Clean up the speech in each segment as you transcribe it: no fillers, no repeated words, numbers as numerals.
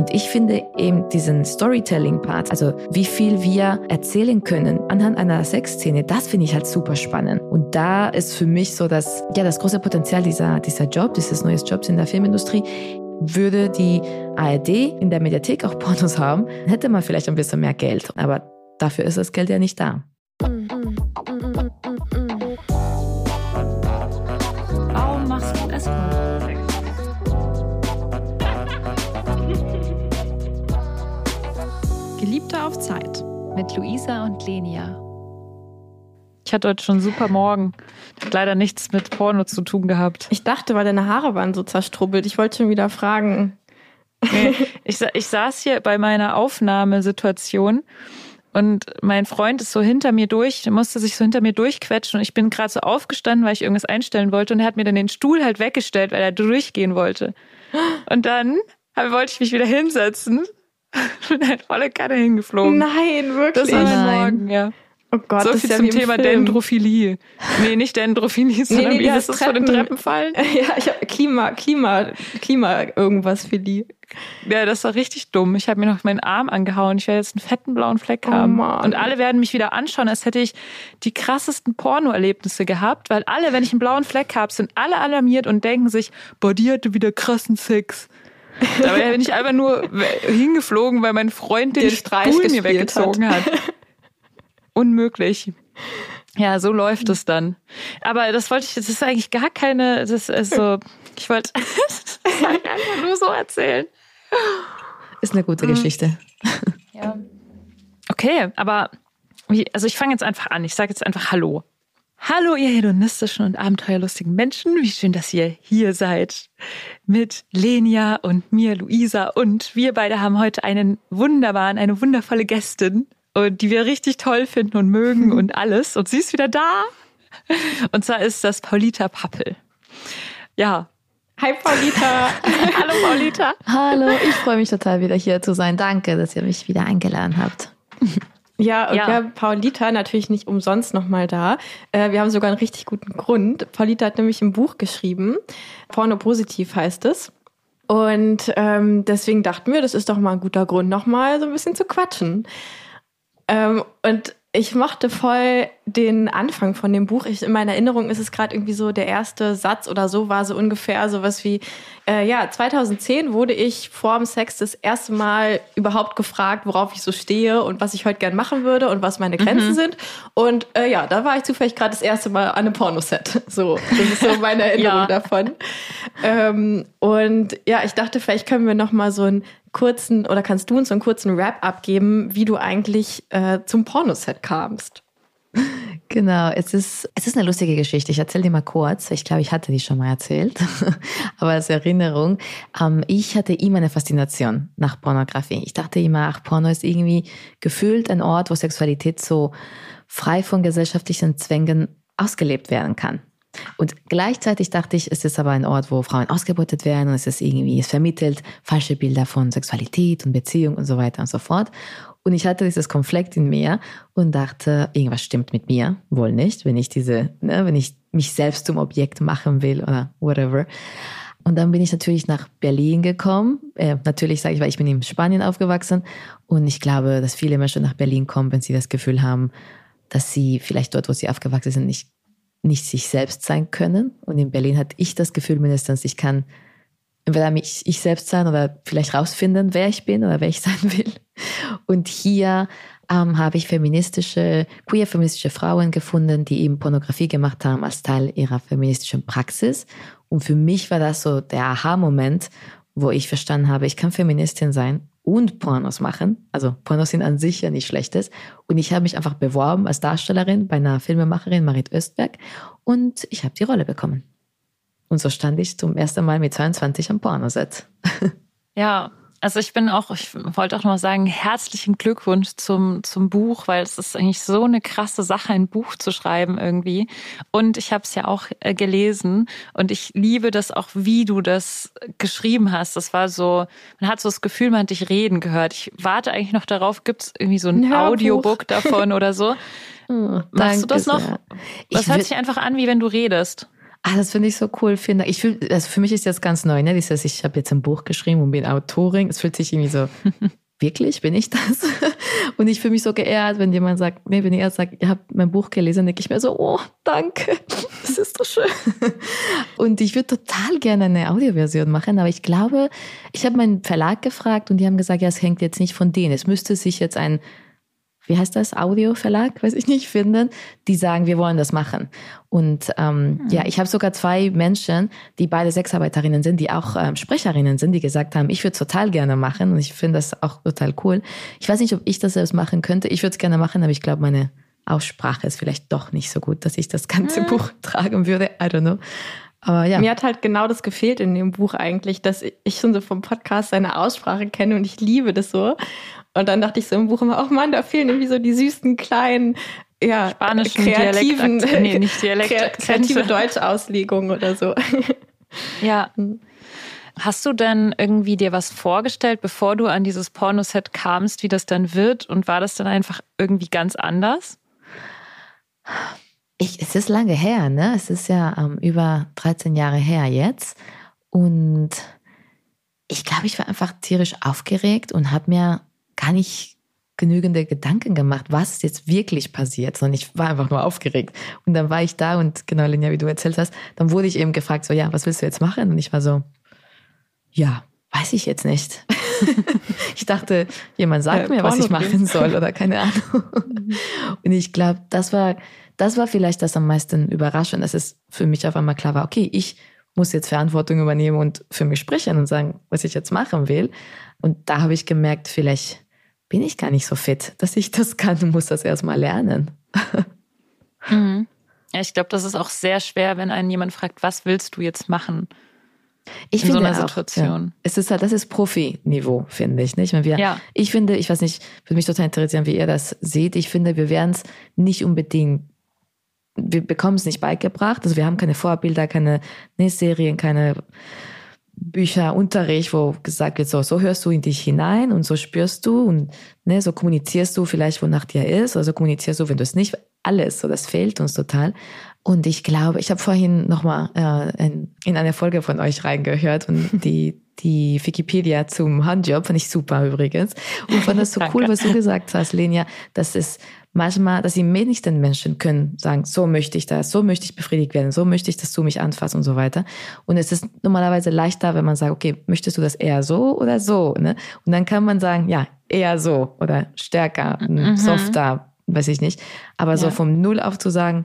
Und ich finde eben diesen Storytelling-Part, also wie viel wir erzählen können anhand einer Sexszene, das finde ich halt super spannend. Und da ist für mich so, dass das große Potenzial dieser Job, dieses neues Jobs in der Filmindustrie, würde die ARD in der Mediathek auch Pornos haben, hätte man vielleicht ein bisschen mehr Geld. Aber dafür ist das Geld ja nicht da. Warum machst du Escort? Geliebte auf Zeit mit Luisa und Lenia. Ich hatte heute schon einen super Morgen. Hat leider nichts mit Porno zu tun gehabt. Ich dachte, weil deine Haare waren so zerstrubbelt. Ich wollte schon wieder fragen. Nee, ich saß hier bei meiner Aufnahmesituation und mein Freund ist so hinter mir musste sich so hinter mir durchquetschen und ich bin gerade so aufgestanden, weil ich irgendwas einstellen wollte und er hat mir dann den Stuhl halt weggestellt, weil er durchgehen wollte. Und dann wollte ich mich wieder hinsetzen und bin halt volle Kanne hingeflogen. Nein, wirklich? Das war mein Morgen, ja. Oh Gott, so das viel ist ja zum wie im Thema Film. Dendrophilie. Nee, nicht Dendrophilie, sondern wie heißt das von den Treppenfallen? Ja, ich habe Klima irgendwas Philie. Ja, das war richtig dumm. Ich habe mir noch meinen Arm angehauen. Ich werde jetzt einen fetten blauen Fleck haben. Mann. Und alle werden mich wieder anschauen, als hätte ich die krassesten Porno-Erlebnisse gehabt, weil alle, wenn ich einen blauen Fleck habe, sind alle alarmiert und denken sich, boah, die hatte wieder krassen Sex. Dabei bin ich einfach nur hingeflogen, weil mein Freund den Stuhl mir weggezogen hat. Unmöglich. Ja, so läuft es dann. Aber das ist eigentlich gar keine, das ist so, ich wollte das einfach nur so erzählen. Ist eine gute Geschichte. Ja. Okay, aber ich fange jetzt einfach an. Ich sage jetzt einfach Hallo. Hallo, ihr hedonistischen und abenteuerlustigen Menschen. Wie schön, dass ihr hier seid. Mit Lenia und mir, Luisa. Und wir beide haben heute eine wundervolle Gästin. Und die wir richtig toll finden und mögen und alles. Und sie ist wieder da. Und zwar ist das Paulita Pappel. Ja. Hi Paulita. Hallo Paulita. Hallo, ich freue mich total wieder hier zu sein. Danke, dass ihr mich wieder eingeladen habt. Ja, und wir haben Paulita natürlich nicht umsonst nochmal da. Wir haben sogar einen richtig guten Grund. Paulita hat nämlich ein Buch geschrieben. Porno positiv heißt es. Und deswegen dachten wir, das ist doch mal ein guter Grund, nochmal so ein bisschen zu quatschen. Und ich mochte voll den Anfang von dem Buch. In meiner Erinnerung ist es gerade irgendwie so, der erste Satz oder so war so ungefähr sowas wie, 2010 wurde ich vorm Sex das erste Mal überhaupt gefragt, worauf ich so stehe und was ich heute gern machen würde und was meine Grenzen sind. Und da war ich zufällig gerade das erste Mal an einem Pornoset. So, das ist so meine Erinnerung davon. Und ich dachte, vielleicht können wir noch mal so einen kurzen, oder kannst du uns so einen kurzen Wrap abgeben, wie du eigentlich zum Pornoset kamst? Genau, es ist eine lustige Geschichte. Ich erzähle dir mal kurz. Ich glaube, ich hatte die schon mal erzählt. Aber als Erinnerung, ich hatte immer eine Faszination nach Pornografie. Ich dachte immer, Porno ist irgendwie gefühlt ein Ort, wo Sexualität so frei von gesellschaftlichen Zwängen ausgelebt werden kann. Und gleichzeitig dachte ich, es ist aber ein Ort, wo Frauen ausgebeutet werden und es vermittelt falsche Bilder von Sexualität und Beziehung und so weiter und so fort. Und ich hatte dieses Konflikt in mir und dachte, irgendwas stimmt mit mir, wohl nicht, wenn ich mich selbst zum Objekt machen will oder whatever. Und dann bin ich natürlich nach Berlin gekommen. Natürlich sage ich, weil ich bin in Spanien aufgewachsen und ich glaube, dass viele Menschen nach Berlin kommen, wenn sie das Gefühl haben, dass sie vielleicht dort, wo sie aufgewachsen sind, nicht sich selbst sein können. Und in Berlin hatte ich das Gefühl mindestens, ich kann entweder ich selbst sein oder vielleicht rausfinden, wer ich bin oder wer ich sein will. Und hier habe ich queer feministische Frauen gefunden, die eben Pornografie gemacht haben als Teil ihrer feministischen Praxis. Und für mich war das so der Aha-Moment, wo ich verstanden habe, ich kann Feministin sein und Pornos machen. Also Pornos sind an sich ja nicht Schlechtes. Und ich habe mich einfach beworben als Darstellerin bei einer Filmemacherin, Marit Östberg. Und ich habe die Rolle bekommen. Und so stand ich zum ersten Mal mit 22 am Pornoset. Ja, also ich wollte auch noch mal sagen, herzlichen Glückwunsch zum Buch, weil es ist eigentlich so eine krasse Sache, ein Buch zu schreiben irgendwie. Und ich habe es ja auch gelesen und ich liebe das auch, wie du das geschrieben hast. Das war so, man hat so das Gefühl, man hat dich reden gehört. Ich warte eigentlich noch darauf, gibt es irgendwie so ein Audiobook davon oder so? Machst du das noch? Sehr. Das hört sich einfach an, wie wenn du redest. Das finde ich so cool. Also für mich ist das ganz neu, ne? Ich habe jetzt ein Buch geschrieben und bin Autorin. Es fühlt sich irgendwie so, wirklich, bin ich das? Und ich fühle mich so geehrt, wenn jemand sagt, wenn ihr sagt, ihr habt mein Buch gelesen, denke ich mir so, oh, danke, das ist so schön. Und ich würde total gerne eine Audioversion machen, aber ich glaube, ich habe meinen Verlag gefragt und die haben gesagt, ja, es hängt jetzt nicht von denen. Es müsste sich jetzt ein, wie heißt das, Audioverlag, weiß ich nicht, finden, die sagen, wir wollen das machen. Und ja, ich habe sogar 2 Menschen, die beide Sexarbeiterinnen sind, die auch Sprecherinnen sind, die gesagt haben, ich würde es total gerne machen und ich finde das auch total cool. Ich weiß nicht, ob ich das selbst machen könnte. Ich würde es gerne machen, aber ich glaube, meine Aussprache ist vielleicht doch nicht so gut, dass ich das ganze Buch tragen würde. I don't know. Aber ja. Mir hat halt genau das gefehlt in dem Buch eigentlich, dass ich schon so vom Podcast seine Aussprache kenne und ich liebe das so. Und dann dachte ich so im Buch immer, oh Mann, da fehlen irgendwie so die süßen, kleinen, ja, spanischen kreativen, kreative Dialekt Deutschauslegungen oder so. Ja. Hast du denn irgendwie dir was vorgestellt, bevor du an dieses Pornoset kamst, wie das dann wird? Und war das dann einfach irgendwie ganz anders? Es ist lange her, ne? Es ist ja über 13 Jahre her jetzt. Und ich glaube, ich war einfach tierisch aufgeregt und habe mir gar nicht genügende Gedanken gemacht, was jetzt wirklich passiert, sondern ich war einfach nur aufgeregt. Und dann war ich da und genau, Linja, wie du erzählt hast, dann wurde ich eben gefragt, so, ja, was willst du jetzt machen? Und ich war so, ja, weiß ich jetzt nicht. Ich dachte, jemand sagt mir, was ich machen soll oder keine Ahnung. Und ich glaube, das war vielleicht das am meisten überraschend, dass es für mich auf einmal klar war, okay, ich muss jetzt Verantwortung übernehmen und für mich sprechen und sagen, was ich jetzt machen will. Und da habe ich gemerkt, vielleicht bin ich gar nicht so fit, dass ich das kann und muss das erst mal lernen. Mhm. Ja, ich glaube, das ist auch sehr schwer, wenn einen jemand fragt, was willst du jetzt machen? Ich in finde so einer auch, Situation. Ja. Es ist halt, das ist Profi-Niveau, finde ich. Nicht? Ich finde, ich weiß nicht, würde mich total interessieren, wie ihr das seht. Ich finde, wir werden es nicht unbedingt, wir bekommen es nicht beigebracht. Also wir haben keine Vorbilder, keine Serien, keine Bücher, Unterricht, wo gesagt wird, so hörst du in dich hinein und so spürst du und so kommunizierst du vielleicht, wonach dir ist, oder so kommunizierst du, wenn du es nicht, alles, so das fehlt uns total. Und ich glaube, ich habe vorhin nochmal in eine Folge von euch reingehört und die Wikipedia zum Handjob fand ich super übrigens und fand das so cool, was du gesagt hast, Lenia, dass es manchmal, dass die wenigsten Menschen können sagen, so möchte ich das, so möchte ich befriedigt werden, so möchte ich, dass du mich anfasst und so weiter. Und es ist normalerweise leichter, wenn man sagt, okay, möchtest du das eher so oder so? Ne? Und dann kann man sagen, ja, eher so oder stärker, softer, weiß ich nicht. Aber so vom Null auf zu sagen,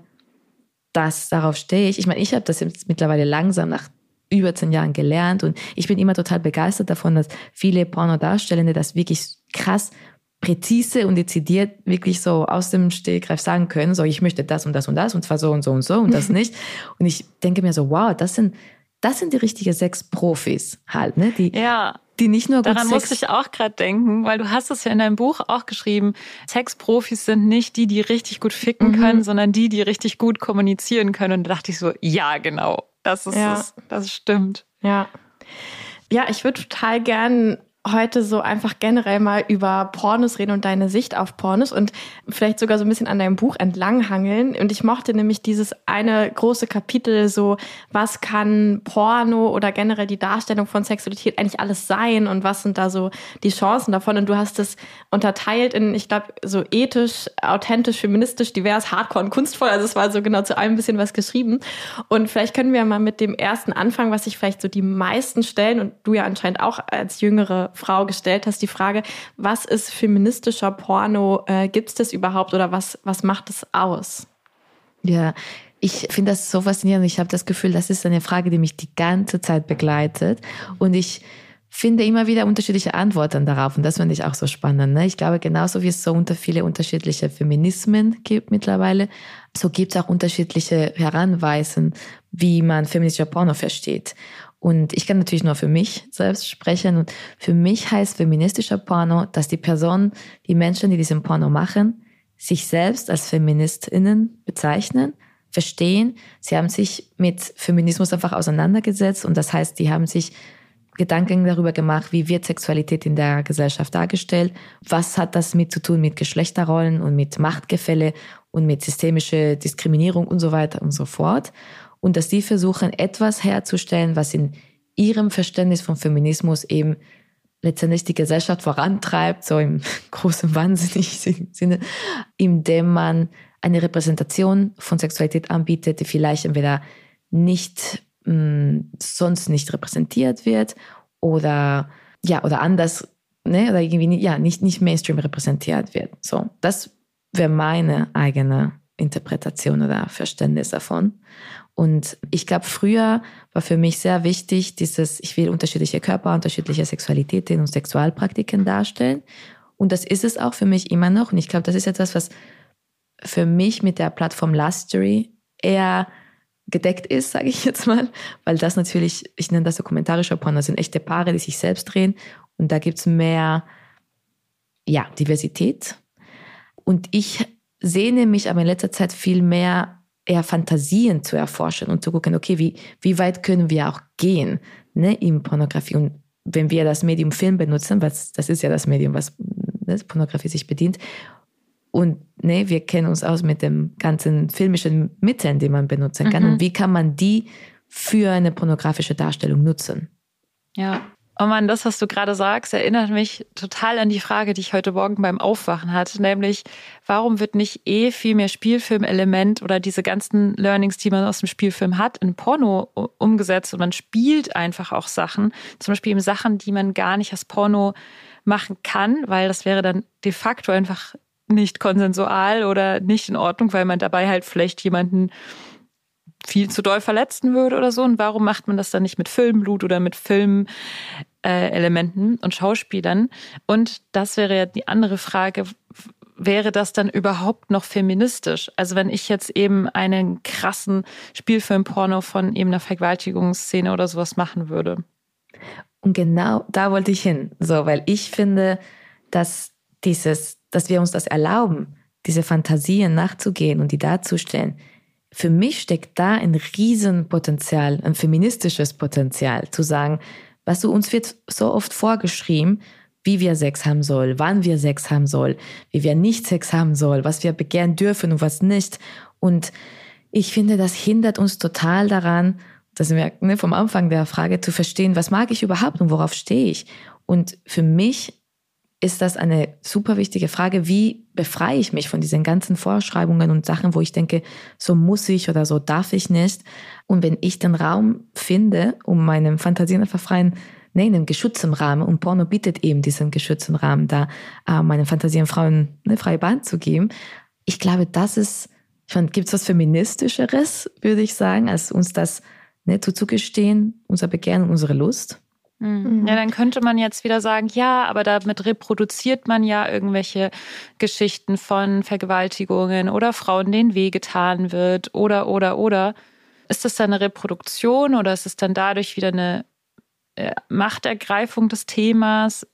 darauf stehe ich. Ich meine, ich habe das jetzt mittlerweile langsam nach über 10 Jahren gelernt und ich bin immer total begeistert davon, dass viele Pornodarstellende das wirklich krass präzise und dezidiert wirklich so aus dem Stegreif sagen können, so ich möchte das und das und das und zwar so und so und so und das nicht. Und ich denke mir so, wow, das sind die richtigen Sexprofis halt, ne? Die nicht nur gut daran musste ich auch gerade denken, weil du hast es ja in deinem Buch auch geschrieben, Sexprofis sind nicht die richtig gut ficken können, sondern die richtig gut kommunizieren können. Und da dachte ich so, ja, genau, das ist es, das stimmt. Ja, ich würde total gern heute so einfach generell mal über Pornos reden und deine Sicht auf Pornos und vielleicht sogar so ein bisschen an deinem Buch entlanghangeln. Und ich mochte nämlich dieses eine große Kapitel so, was kann Porno oder generell die Darstellung von Sexualität eigentlich alles sein und was sind da so die Chancen davon? Und du hast es unterteilt in, ich glaube, so ethisch, authentisch, feministisch, divers, hardcore und kunstvoll. Also es war so genau zu allem ein bisschen was geschrieben. Und vielleicht können wir mal mit dem ersten anfangen, was sich vielleicht so die meisten stellen und du ja anscheinend auch als jüngere Frau gestellt hast, die Frage, was ist feministischer Porno? Gibt es das überhaupt oder was macht es aus? Ja, ich finde das so faszinierend. Ich habe das Gefühl, das ist eine Frage, die mich die ganze Zeit begleitet und ich finde immer wieder unterschiedliche Antworten darauf und das finde ich auch so spannend. Ne? Ich glaube, genauso wie es so viele unterschiedliche Feminismen gibt mittlerweile, so gibt es auch unterschiedliche Heranweisen, wie man feministischer Porno versteht. Und ich kann natürlich nur für mich selbst sprechen. Und für mich heißt feministischer Porno, dass die Menschen, die diesen Porno machen, sich selbst als FeministInnen bezeichnen, verstehen. Sie haben sich mit Feminismus einfach auseinandergesetzt. Und das heißt, die haben sich Gedanken darüber gemacht, wie wird Sexualität in der Gesellschaft dargestellt? Was hat das mit zu tun mit Geschlechterrollen und mit Machtgefälle und mit systemischer Diskriminierung und so weiter und so fort? und dass die versuchen, etwas herzustellen, was in ihrem Verständnis von Feminismus eben letztendlich die Gesellschaft vorantreibt, so im großen wahnsinnigen Sinne, indem man eine Repräsentation von Sexualität anbietet, die vielleicht entweder nicht sonst nicht repräsentiert wird oder anders, ne, oder irgendwie nicht Mainstream repräsentiert wird. So, das wäre meine eigene Interpretation oder Verständnis davon. Und ich glaube, früher war für mich sehr wichtig, ich will unterschiedliche Körper, unterschiedliche Sexualitäten und Sexualpraktiken darstellen. Und das ist es auch für mich immer noch. Und ich glaube, das ist etwas, was für mich mit der Plattform Lustery eher gedeckt ist, sage ich jetzt mal, weil das natürlich, ich nenne das dokumentarischer Porno, das sind echte Paare, die sich selbst drehen und da gibt's mehr Diversität. Und ich sehne mich aber in letzter Zeit viel mehr, eher Fantasien zu erforschen und zu gucken, okay, wie weit können wir auch gehen, ne, in Pornografie. Und wenn wir das Medium Film benutzen, das ist ja das Medium, was Pornografie sich bedient, und ne, wir kennen uns aus mit den ganzen filmischen Mitteln, die man benutzen kann. Und wie kann man die für eine pornografische Darstellung nutzen? Ja. Oh Mann, das, was du gerade sagst, erinnert mich total an die Frage, die ich heute Morgen beim Aufwachen hatte, nämlich, warum wird nicht viel mehr Spielfilmelement oder diese ganzen Learnings, die man aus dem Spielfilm hat, in Porno umgesetzt und man spielt einfach auch Sachen, zum Beispiel eben Sachen, die man gar nicht als Porno machen kann, weil das wäre dann de facto einfach nicht konsensual oder nicht in Ordnung, weil man dabei halt vielleicht jemanden viel zu doll verletzen würde oder so. Und warum macht man das dann nicht mit Filmblut oder mit Filmelementen und Schauspielern? Und das wäre ja die andere Frage, wäre das dann überhaupt noch feministisch? Also wenn ich jetzt eben einen krassen Spielfilm-Porno von eben einer Vergewaltigungsszene oder sowas machen würde. Und genau da wollte ich hin. So, weil ich finde, dass wir uns das erlauben, diese Fantasien nachzugehen und die darzustellen. Für mich steckt da ein Riesenpotenzial, ein feministisches Potenzial, zu sagen, uns wird so oft vorgeschrieben, wie wir Sex haben sollen, wann wir Sex haben sollen, wie wir nicht Sex haben sollen, was wir begehren dürfen und was nicht. Und ich finde, das hindert uns total daran, das sind wir vom Anfang der Frage, zu verstehen, was mag ich überhaupt und worauf stehe ich? Und für mich ist das eine super wichtige Frage, wie befreie ich mich von diesen ganzen Vorschreibungen und Sachen, wo ich denke, so muss ich oder so darf ich nicht. Und wenn ich den Raum finde, um meinen Fantasien einfach freien, in einem geschützten Rahmen, und Porno bietet eben diesen geschützten Rahmen, da meinen Fantasien Frauen eine freie Bahn zu geben. Ich glaube, das ist, gibt es was Feministischeres, würde ich sagen, als uns das zuzugestehen, unser Begehren und unsere Lust. Ja, dann könnte man jetzt wieder sagen, ja, aber damit reproduziert man ja irgendwelche Geschichten von Vergewaltigungen oder Frauen, denen wehgetan wird oder. Ist das dann eine Reproduktion oder ist es dann dadurch wieder eine Machtergreifung des Themas?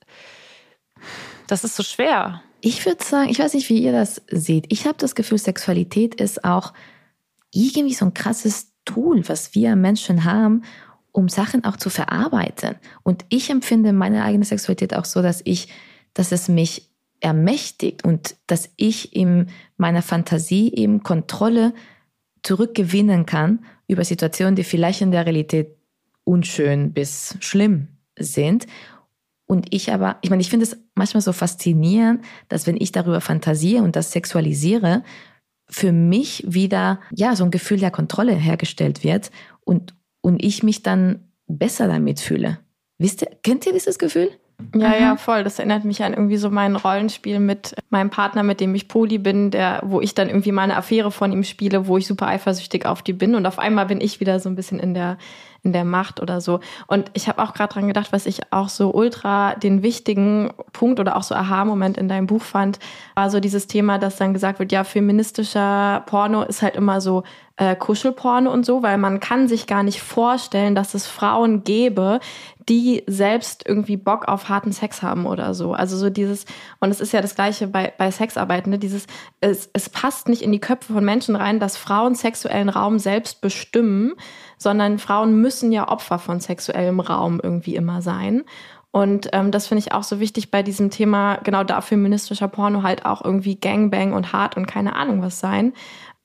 Das ist so schwer. Ich würde sagen, ich weiß nicht, wie ihr das seht. Ich habe das Gefühl, Sexualität ist auch irgendwie so ein krasses Tool, was wir Menschen haben, um Sachen auch zu verarbeiten. Und ich empfinde meine eigene Sexualität auch so, dass es mich ermächtigt und dass ich in meiner Fantasie eben Kontrolle zurückgewinnen kann über Situationen, die vielleicht in der Realität unschön bis schlimm sind. Und ich finde es manchmal so faszinierend, dass wenn ich darüber fantasiere und das sexualisiere, für mich wieder so ein Gefühl der Kontrolle hergestellt wird und ich mich dann besser damit fühle. Kennt ihr dieses Gefühl? Ja, voll. Das erinnert mich an irgendwie so mein Rollenspiel mit meinem Partner, mit dem ich poly bin, wo ich dann irgendwie mal eine Affäre von ihm spiele, wo ich super eifersüchtig auf die bin und auf einmal bin ich wieder so ein bisschen in der Macht oder so. Und ich habe auch gerade dran gedacht, was ich auch so ultra den wichtigen Punkt oder auch so Aha-Moment in deinem Buch fand, war so dieses Thema, dass dann gesagt wird, ja, feministischer Porno ist halt immer so Kuschelporno und so, weil man kann sich gar nicht vorstellen, dass es Frauen gäbe, die selbst irgendwie Bock auf harten Sex haben oder so. Also so dieses, und es ist ja das Gleiche bei Sexarbeit, ne? Es passt nicht in die Köpfe von Menschen rein, dass Frauen sexuellen Raum selbst bestimmen, sondern Frauen müssen ja Opfer von sexuellem Raum irgendwie immer sein. Und das finde ich auch so wichtig bei diesem Thema, genau da feministischer Porno halt auch irgendwie Gangbang und hart und keine Ahnung was sein.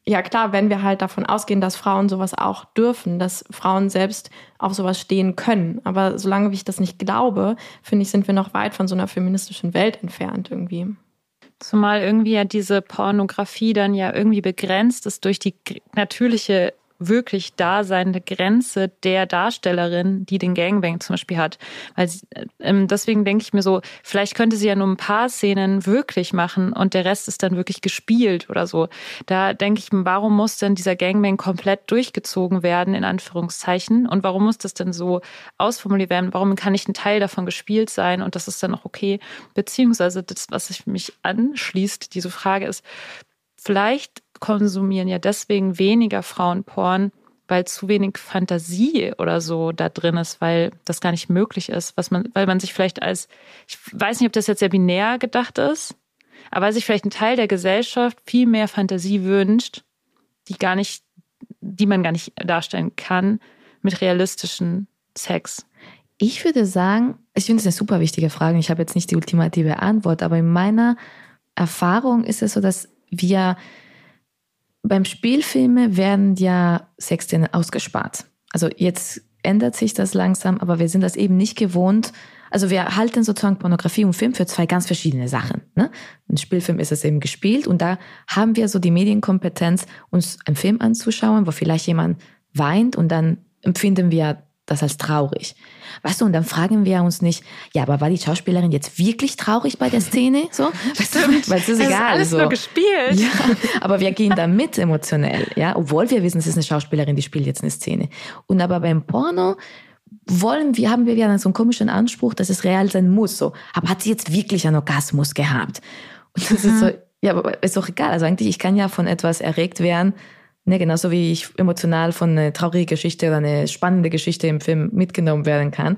ja klar, wenn wir halt davon ausgehen, dass Frauen sowas auch dürfen, dass Frauen selbst auf sowas stehen können. Aber solange ich das nicht glaube, finde ich, sind wir noch weit von so einer feministischen Welt entfernt irgendwie. Zumal irgendwie ja diese Pornografie dann ja irgendwie begrenzt ist durch die natürliche, wirklich daseinende Grenze der Darstellerin, die den Gangbang zum Beispiel hat. Weil deswegen denke ich mir so, vielleicht könnte sie ja nur ein paar Szenen wirklich machen und der Rest ist dann wirklich gespielt oder so. Da denke ich mir, warum muss denn dieser Gangbang komplett durchgezogen werden, in Anführungszeichen? Und warum muss das denn so ausformuliert werden? Warum kann nicht ein Teil davon gespielt sein und das ist dann auch okay? Beziehungsweise das, was sich mich anschließt, diese Frage ist, vielleicht konsumieren ja deswegen weniger Frauen Porn, weil zu wenig Fantasie oder so da drin ist, weil das gar nicht möglich ist, weil man sich vielleicht ich weiß nicht, ob das jetzt sehr binär gedacht ist, aber weil sich vielleicht ein Teil der Gesellschaft viel mehr Fantasie wünscht, die man gar nicht darstellen kann mit realistischen Sex. Ich würde sagen, ich finde es eine super wichtige Frage. Ich habe jetzt nicht die ultimative Antwort, aber in meiner Erfahrung ist es so, dass wir beim Spielfilme werden ja Sexszenen ausgespart. Also jetzt ändert sich das langsam, aber wir sind das eben nicht gewohnt. Also wir halten sozusagen Pornografie und Film für zwei ganz verschiedene Sachen. Ne? Ein Spielfilm ist es eben gespielt und da haben wir so die Medienkompetenz, uns einen Film anzuschauen, wo vielleicht jemand weint und dann empfinden wir das als traurig. Weißt du, und dann fragen wir uns nicht, ja, aber war die Schauspielerin jetzt wirklich traurig bei der Szene? So, weißt du, weil es ist egal. Es ist alles so. nur gespielt. Ja, aber wir gehen da mit emotionell, ja, obwohl wir wissen, es ist eine Schauspielerin, die spielt jetzt eine Szene. Und aber beim Porno haben wir ja dann so einen komischen Anspruch, dass es real sein muss. So, aber hat sie jetzt wirklich einen Orgasmus gehabt? Und das ist so, ja, aber ist doch egal. Also eigentlich, ich kann ja von etwas erregt werden, ne, genauso wie ich emotional von einer traurigen Geschichte oder eine spannende Geschichte im Film mitgenommen werden kann.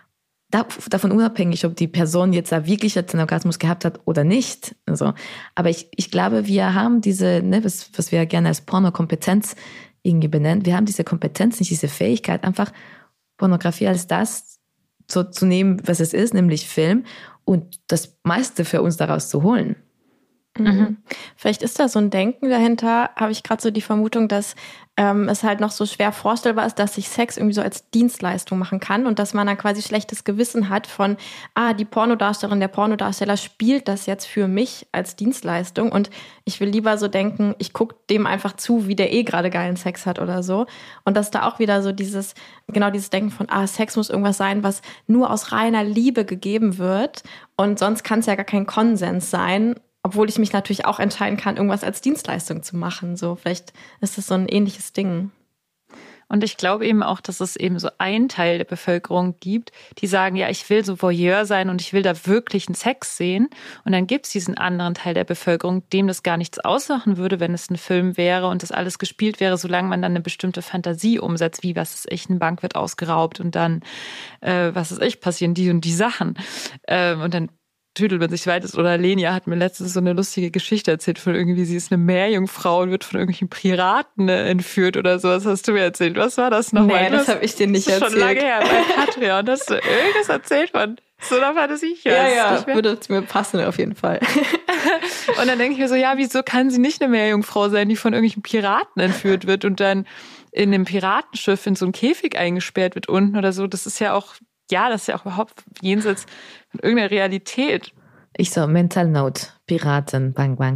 Davon unabhängig, ob die Person jetzt da wirklich einen Orgasmus gehabt hat oder nicht. Also, aber ich glaube, wir haben diese, ne, was wir gerne als Pornokompetenz irgendwie benennen, wir haben diese Kompetenz, nicht diese Fähigkeit, einfach Pornografie als das so zu nehmen, was es ist, nämlich Film, und das meiste für uns daraus zu holen. Mhm. Vielleicht ist da so ein Denken dahinter, habe ich gerade so die Vermutung, dass es halt noch so schwer vorstellbar ist, dass sich Sex irgendwie so als Dienstleistung machen kann und dass man dann quasi schlechtes Gewissen hat von, die Pornodarstellerin, der Pornodarsteller spielt das jetzt für mich als Dienstleistung und ich will lieber so denken, ich gucke dem einfach zu, wie der gerade geilen Sex hat oder so. Und dass da auch wieder so dieses Denken von, Sex muss irgendwas sein, was nur aus reiner Liebe gegeben wird und sonst kann es ja gar kein Konsens sein. Obwohl ich mich natürlich auch entscheiden kann, irgendwas als Dienstleistung zu machen. So, vielleicht ist das so ein ähnliches Ding. Und ich glaube eben auch, dass es eben so einen Teil der Bevölkerung gibt, die sagen, ja, ich will so Voyeur sein und ich will da wirklich einen Sex sehen. Und dann gibt es diesen anderen Teil der Bevölkerung, dem das gar nichts ausmachen würde, wenn es ein Film wäre und das alles gespielt wäre, solange man dann eine bestimmte Fantasie umsetzt, wie, was weiß ich, eine Bank wird ausgeraubt und dann, was weiß ich, passieren die und die Sachen. Und dann tüdelt man sich weiter. Oder Lenia hat mir letztens so eine lustige Geschichte erzählt von irgendwie, sie ist eine Meerjungfrau und wird von irgendwelchen Piraten entführt oder so. Was hast du mir erzählt? Was war das nochmal? Nee, das habe ich dir nicht erzählt. Schon lange her bei Patreon. Hast du irgendwas erzählt von so einer Fantasie? Ja, würde zu mir passen auf jeden Fall. Und dann denke ich mir so, ja, wieso kann sie nicht eine Meerjungfrau sein, die von irgendwelchen Piraten entführt wird und dann in einem Piratenschiff in so einen Käfig eingesperrt wird unten oder so? Das ist ja auch überhaupt jenseits von irgendeiner Realität. Ich so, Mental Note, Piraten, Bang, Bang.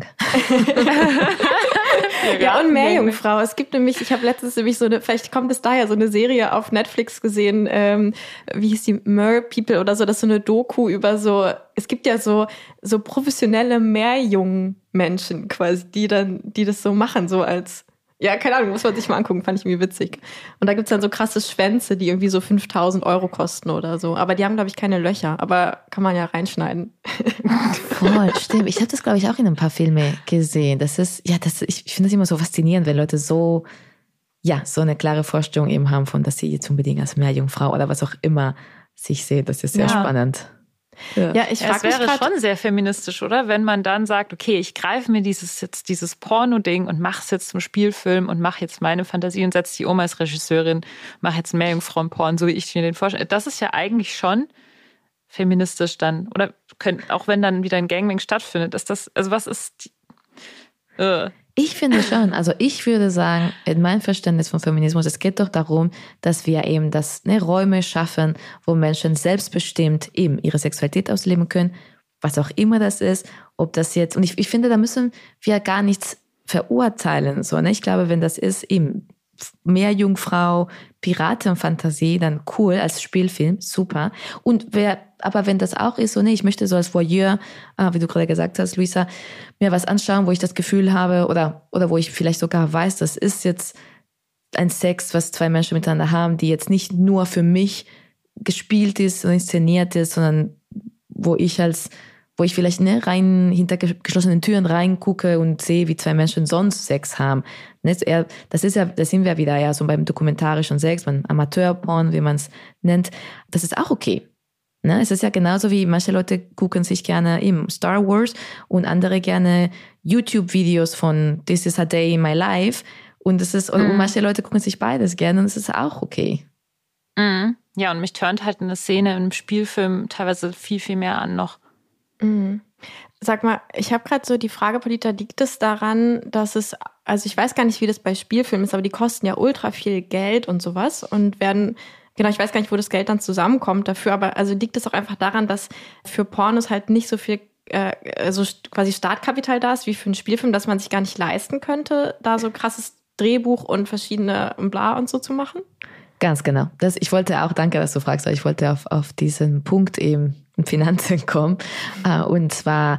Ja, und Meerjungfrau. Es gibt nämlich, ich habe letztens nämlich vielleicht kommt es daher, so eine Serie auf Netflix gesehen, wie hieß die, Mer People oder so, das ist so eine Doku über es gibt ja so professionelle Meerjungmenschen quasi, die das so machen, so als, ja, keine Ahnung, muss man sich mal angucken, fand ich irgendwie witzig. Und da gibt's dann so krasse Schwänze, die irgendwie so 5.000 € kosten oder so. Aber die haben, glaube ich, keine Löcher. Aber kann man ja reinschneiden. Voll, stimmt. Ich habe das, glaube ich, auch in ein paar Filme gesehen. Ich finde das immer so faszinierend, wenn Leute so eine klare Vorstellung eben haben von, dass sie jetzt unbedingt als Meerjungfrau oder was auch immer sich sehen. Das ist sehr spannend. Ja, es wäre schon sehr feministisch, oder? Wenn man dann sagt, okay, ich greife mir dieses Porno-Ding und mache es jetzt zum Spielfilm und mache jetzt meine Fantasie und setze die um als Regisseurin, mache jetzt Meerjungfrauen-Porn, so wie ich mir den vorstelle. Das ist ja eigentlich schon feministisch dann. Oder auch wenn dann wieder ein Gangbang stattfindet, ist das, also was ist Ich finde schon, also ich würde sagen, in meinem Verständnis von Feminismus, es geht doch darum, dass wir eben Räume schaffen, wo Menschen selbstbestimmt eben ihre Sexualität ausleben können, was auch immer das ist, ob das jetzt, und ich finde, da müssen wir gar nichts verurteilen, so, ne? Ich glaube, wenn das ist eben Meerjungfrau, Piratenfantasie, dann cool, als Spielfilm, super. Aber wenn das auch ist, so, ne, ich möchte so als Voyeur, wie du gerade gesagt hast, Luisa, mir was anschauen, wo ich das Gefühl habe oder wo ich vielleicht sogar weiß, das ist jetzt ein Sex, was zwei Menschen miteinander haben, die jetzt nicht nur für mich gespielt ist und inszeniert ist, sondern wo ich vielleicht rein hinter geschlossenen Türen reingucke und sehe, wie zwei Menschen sonst Sex haben. Da sind wir wieder ja so beim dokumentarischen Sex, beim Amateurporn, wie man es nennt. Das ist auch okay. Ne? Es ist ja genauso wie manche Leute gucken sich gerne eben Star Wars und andere gerne YouTube-Videos von This is a Day in my life. Und und manche Leute gucken sich beides gerne und es ist auch okay. Mhm. Ja, und mich turnt halt eine Szene im Spielfilm teilweise viel, viel mehr an noch. Mhm. Sag mal, ich habe gerade so die Frage, Polita, liegt es daran, also ich weiß gar nicht, wie das bei Spielfilmen ist, aber die kosten ja ultra viel Geld und sowas und werden, genau, ich weiß gar nicht, wo das Geld dann zusammenkommt dafür, aber also liegt es auch einfach daran, dass für Pornos halt nicht so viel so quasi Startkapital da ist wie für einen Spielfilm, dass man sich gar nicht leisten könnte, da so krasses Drehbuch und verschiedene bla und so zu machen? Ganz genau. Danke, dass du fragst, weil ich wollte auf diesen Punkt eben Finanzen kommen. Und zwar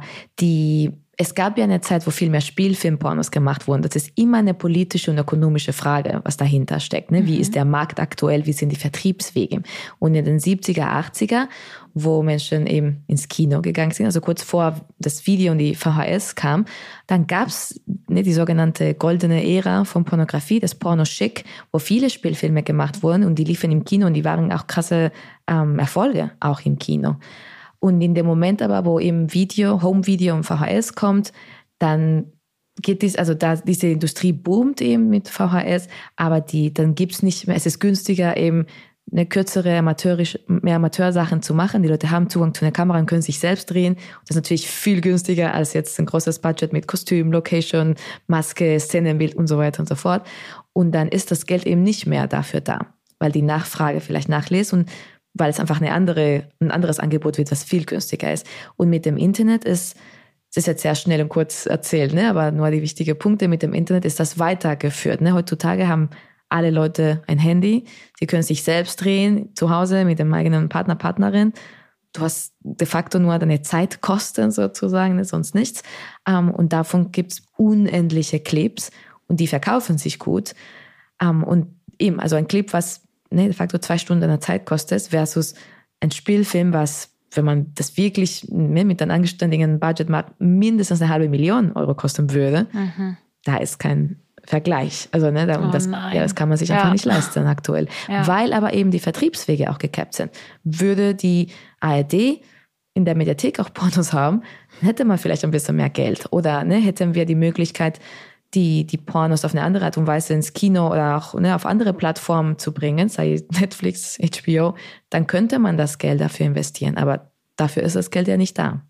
es gab ja eine Zeit, wo viel mehr Spielfilmpornos gemacht wurden. Das ist immer eine politische und ökonomische Frage, was dahinter steckt. Ne? Wie ist der Markt aktuell? Wie sind die Vertriebswege? Und in den 70er, 80er, wo Menschen eben ins Kino gegangen sind, also kurz vor das Video und die VHS kam, dann gab's die sogenannte goldene Ära von Pornografie, das Porno-Chic, wo viele Spielfilme gemacht wurden und die liefen im Kino und die waren auch krasse Erfolge, auch im Kino. Und in dem Moment aber, wo eben Home-Video und VHS kommt, dann geht diese Industrie boomt eben mit VHS, aber dann gibt's nicht mehr, es ist günstiger eben eine kürzere mehr Amateursachen zu machen. Die Leute haben Zugang zu einer Kamera und können sich selbst drehen. Das ist natürlich viel günstiger als jetzt ein großes Budget mit Kostüm, Location, Maske, Szenenbild und so weiter und so fort. Und dann ist das Geld eben nicht mehr dafür da, weil die Nachfrage vielleicht nachlässt und weil es einfach ein anderes Angebot wird, was viel günstiger ist. Und mit dem Internet es ist jetzt sehr schnell und kurz erzählt, ne? Aber nur die wichtigen Punkte. Mit dem Internet ist das weitergeführt. Ne? Heutzutage haben alle Leute ein Handy. Sie können sich selbst drehen, zu Hause mit dem eigenen Partner, Partnerin. Du hast de facto nur deine Zeitkosten sozusagen, ne? Sonst nichts. Und davon gibt's unendliche Clips und die verkaufen sich gut. Und eben, also ein Clip, was de facto 2 Stunden deiner Zeit kostet, versus ein Spielfilm, was, wenn man das wirklich mit einem anständigen Budget macht, mindestens 500.000 Euro kosten würde. Da ist kein Vergleich. Also, das kann man sich einfach nicht leisten aktuell. Ja. Weil aber eben die Vertriebswege auch gekappt sind. Würde die ARD in der Mediathek auch Pornos haben, dann hätte man vielleicht ein bisschen mehr Geld. Oder hätten wir die Möglichkeit, die Pornos auf eine andere Art und Weise ins Kino oder auch auf andere Plattformen zu bringen, sei Netflix, HBO, dann könnte man das Geld dafür investieren. Aber dafür ist das Geld ja nicht da.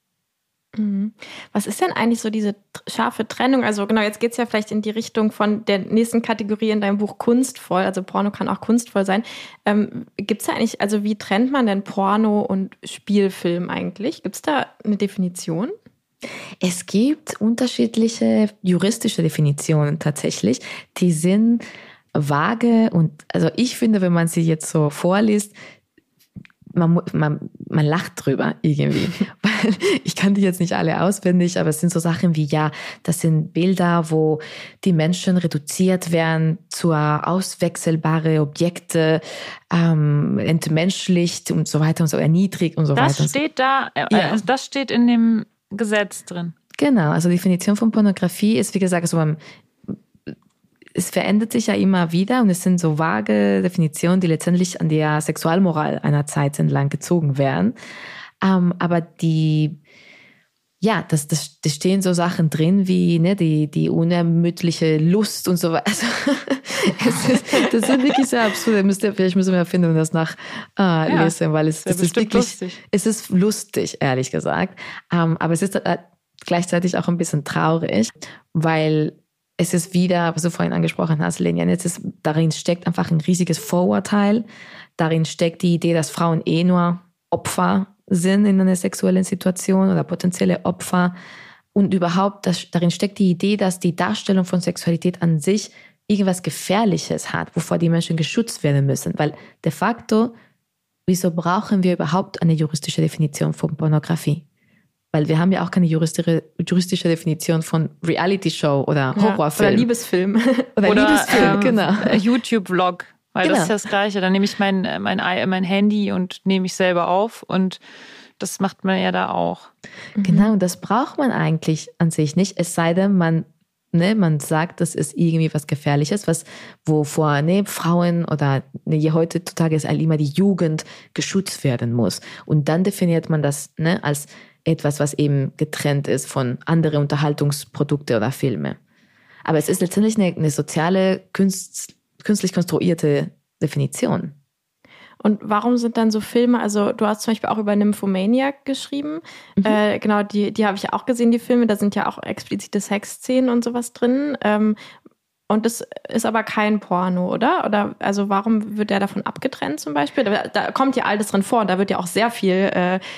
Was ist denn eigentlich so diese scharfe Trennung? Also genau, jetzt geht's ja vielleicht in die Richtung von der nächsten Kategorie in deinem Buch kunstvoll. Also Porno kann auch kunstvoll sein. Gibt's da eigentlich, also wie trennt man denn Porno und Spielfilm eigentlich? Gibt's da eine Definition? Es gibt unterschiedliche juristische Definitionen tatsächlich. Die sind vage und also ich finde, wenn man sie jetzt so vorliest, man lacht drüber irgendwie. Weil ich kann die jetzt nicht alle auswendig, aber es sind so Sachen wie, ja, das sind Bilder, wo die Menschen reduziert werden zu auswechselbare Objekte, entmenschlicht und so weiter und so erniedrigt und so weiter. Das steht da, also das steht in dem Gesetz drin. Genau, also die Definition von Pornografie ist, wie gesagt, so es verändert sich ja immer wieder und es sind so vage Definitionen, die letztendlich an der Sexualmoral einer Zeit entlang gezogen werden. Aber das stehen so Sachen drin wie die unermüdliche Lust und so weiter. Also, das sind wirklich sehr absurd. Vielleicht müssen wir finden und das nachlesen, weil es ist wirklich lustig. Es ist lustig, ehrlich gesagt. Aber es ist gleichzeitig auch ein bisschen traurig, weil es ist wieder, was du vorhin angesprochen hast, Lenia, darin steckt einfach ein riesiges Vorurteil. Darin steckt die Idee, dass Frauen nur Opfer sind in einer sexuellen Situation oder potenzielle Opfer. Und überhaupt, darin steckt die Idee, dass die Darstellung von Sexualität an sich irgendwas Gefährliches hat, wovor die Menschen geschützt werden müssen. Weil de facto, wieso brauchen wir überhaupt eine juristische Definition von Pornografie? Weil wir haben ja auch keine juristische Definition von Reality-Show oder Horrorfilm. Oder Liebesfilm. Oder Liebesfilm, genau. YouTube-Vlog, weil das ist das Gleiche. Dann nehme ich mein Handy und nehme mich selber auf und das macht man ja da auch. Genau, und das braucht man eigentlich an sich nicht, es sei denn, man sagt, das ist irgendwie was Gefährliches, wovor Frauen oder heutzutage ist immer die Jugend geschützt werden muss. Und dann definiert man das als etwas, was eben getrennt ist von anderen Unterhaltungsprodukte oder Filme. Aber es ist letztendlich eine soziale, künstlich konstruierte Definition. Und warum sind dann so Filme, also du hast zum Beispiel auch über Nymphomaniac geschrieben, genau, die habe ich auch gesehen, die Filme, da sind ja auch explizite Sexszenen und sowas drin. Und das ist aber kein Porno, oder? Oder also warum wird der davon abgetrennt zum Beispiel? Da kommt ja alles drin vor und da wird ja auch sehr viel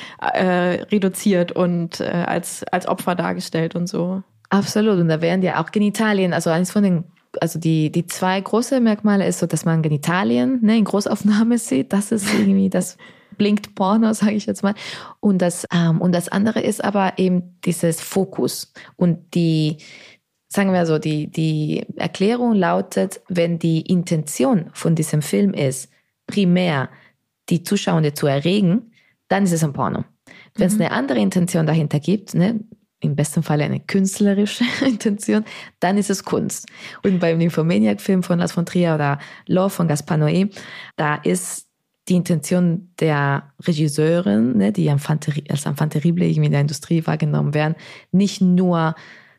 reduziert und als Opfer dargestellt und so. Absolut. Und da wären ja auch Genitalien, also eines von den, also die zwei große Merkmale ist so, dass man Genitalien in Großaufnahme sieht. Das ist irgendwie, das blinkt Porno, sage ich jetzt mal. Und das andere ist aber eben dieses Fokus und sagen wir so, die Erklärung lautet, wenn die Intention von diesem Film ist, primär die Zuschauer zu erregen, dann ist es ein Porno. Wenn es eine andere Intention dahinter gibt, im besten Fall eine künstlerische Intention, dann ist es Kunst. Und beim Nymphomaniac-Film von Lars von Trier oder Love von Gaspar Noé, da ist die Intention der Regisseurin, die als enfant terrible irgendwie in der Industrie wahrgenommen werden, nicht nur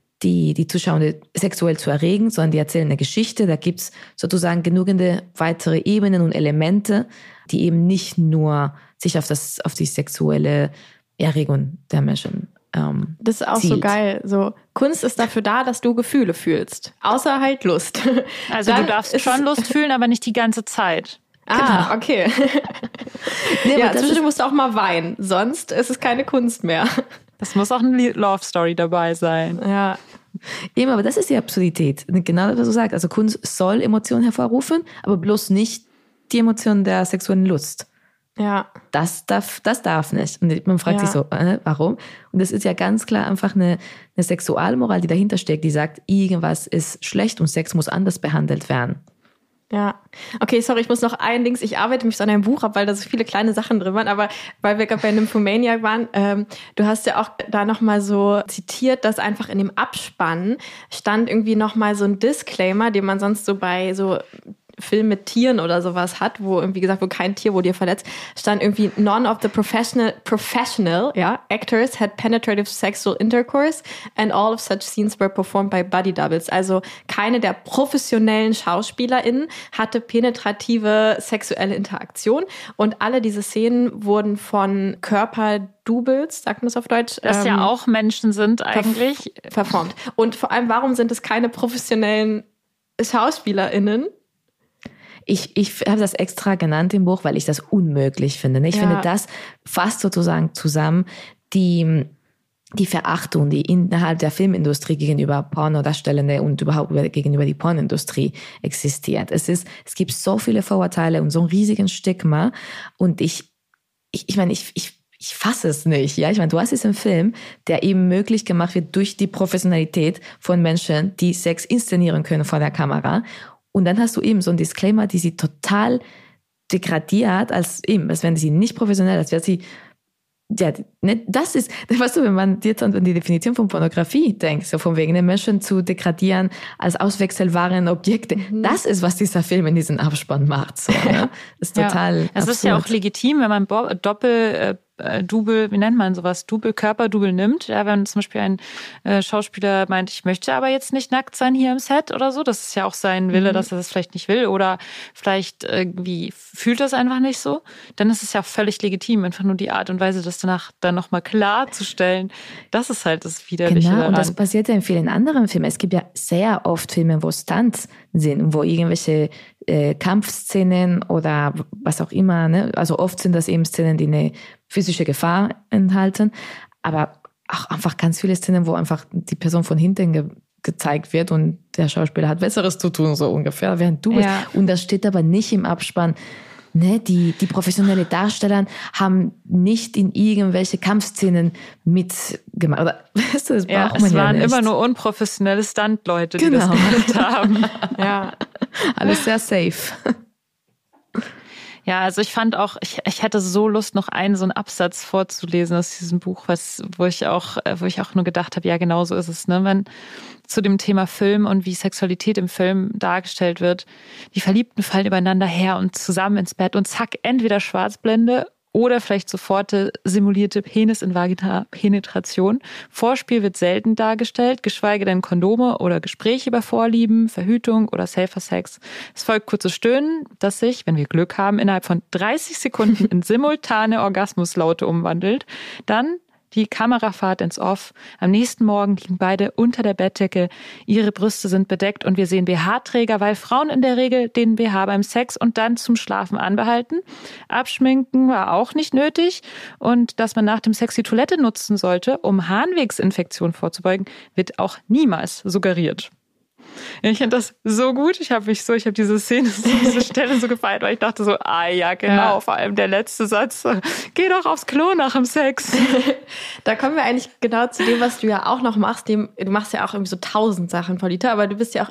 die Zuschauer sexuell zu erregen, sondern die erzählen eine Geschichte. Da gibt's sozusagen genügende weitere Ebenen und Elemente, die eben nicht nur sich auf die sexuelle Erregung der Menschen das ist auch zielt. So geil. So, Kunst ist dafür da, dass du Gefühle fühlst. Außer halt Lust. Also du darfst schon Lust fühlen, aber nicht die ganze Zeit. Genau. Okay. Zwischendurch musst du auch mal weinen. Sonst ist es keine Kunst mehr. Das muss auch eine Love Story dabei sein. Ja. Eben, aber das ist die Absurdität. Genau das, was du sagst. Also Kunst soll Emotionen hervorrufen, aber bloß nicht die Emotionen der sexuellen Lust. Ja. Das darf nicht. Und man fragt sich so, warum? Und das ist ja ganz klar einfach eine Sexualmoral, die dahinter steckt, die sagt, irgendwas ist schlecht und Sex muss anders behandelt werden. Ja. Okay, sorry, ich muss noch ich arbeite mich so an einem Buch ab, weil da so viele kleine Sachen drin waren, aber weil wir gerade bei Nymphomaniac waren, du hast ja auch da nochmal so zitiert, dass einfach in dem Abspann stand irgendwie nochmal so ein Disclaimer, den man sonst so bei so Film mit Tieren oder sowas hat, wo irgendwie gesagt wird, kein Tier wurde dir verletzt, stand irgendwie, none of the professional actors had penetrative sexual intercourse and all of such scenes were performed by body doubles. Also keine der professionellen SchauspielerInnen hatte penetrative sexuelle Interaktion und alle diese Szenen wurden von Körperdoubles, sagt man das auf Deutsch? Das ja auch Menschen sind eigentlich. Performt. Und vor allem, warum sind es keine professionellen SchauspielerInnen? Ich habe das extra genannt im Buch, weil ich das unmöglich finde. Ich finde, das fasst sozusagen zusammen die Verachtung, die innerhalb der Filmindustrie gegenüber Pornodarstellende und überhaupt gegenüber die Pornoindustrie existiert. Es gibt so viele Vorurteile und so einen riesigen Stigma. Und ich meine, ich fasse es nicht. Ja, ich meine, du hast diesen Film, der eben möglich gemacht wird durch die Professionalität von Menschen, die Sex inszenieren können vor der Kamera. Und dann hast du eben so einen Disclaimer, die sie total degradiert, als wenn sie nicht professionell, als wäre sie, das ist, weißt du, wenn man jetzt an die Definition von Pornografie denkt, so von wegen den Menschen zu degradieren als auswechselbaren Objekte, das ist, was dieser Film in diesem Abspann macht. So, ne? Das ist total Es ist ja auch legitim, wenn man Double, wie nennt man sowas, Körperdouble nimmt. Ja, wenn zum Beispiel ein Schauspieler meint, ich möchte aber jetzt nicht nackt sein hier im Set oder so, das ist ja auch sein Wille, dass er das vielleicht nicht will oder vielleicht irgendwie fühlt das einfach nicht so, dann ist es ja auch völlig legitim, einfach nur die Art und Weise, das danach dann nochmal klarzustellen. Das ist halt das Widerliche daran. Und das passiert ja in vielen anderen Filmen. Es gibt ja sehr oft Filme, wo Stunts sind, wo irgendwelche Kampfszenen oder was auch immer, ne? Also oft sind das eben Szenen, die eine physische Gefahr enthalten, aber auch einfach ganz viele Szenen, wo einfach die Person von hinten gezeigt wird und der Schauspieler hat Besseres zu tun, so ungefähr, während du bist. Und das steht aber nicht im Abspann. Ne, die professionelle Darsteller haben nicht in irgendwelche Kampfszenen mitgemacht. Oder, weißt du, das braucht man es ja waren nicht. immer nur unprofessionelle Stunt-Leute, die das gemacht haben. Ja, alles sehr safe. Ja, also ich fand auch, ich hätte so Lust, noch so einen Absatz vorzulesen aus diesem Buch, wo ich auch nur gedacht habe, ja, genau so ist es, ne? Wenn zu dem Thema Film und wie Sexualität im Film dargestellt wird, die Verliebten fallen übereinander her und zusammen ins Bett und zack, entweder Schwarzblende oder vielleicht sofortige simulierte Penis-in-Vagina-Penetration. Vorspiel wird selten dargestellt, geschweige denn Kondome oder Gespräche über Vorlieben, Verhütung oder Safer Sex. Es folgt kurzes Stöhnen, das sich, wenn wir Glück haben, innerhalb von 30 Sekunden in simultane Orgasmuslaute umwandelt. Dann die Kamerafahrt ins Off. Am nächsten Morgen liegen beide unter der Bettdecke. Ihre Brüste sind bedeckt und wir sehen BH-Träger, weil Frauen in der Regel den BH beim Sex und dann zum Schlafen anbehalten. Abschminken war auch nicht nötig. Und dass man nach dem Sex die Toilette nutzen sollte, um Harnwegsinfektionen vorzubeugen, wird auch niemals suggeriert. Ich finde das so gut. Ich habe diese Stelle so gefeiert, weil ich dachte so, ja, genau, vor allem der letzte Satz, geh doch aufs Klo nach dem Sex. Da kommen wir eigentlich genau zu dem, was du ja auch noch machst. Du machst ja auch irgendwie so 1000 Sachen, Paulita, aber du bist ja auch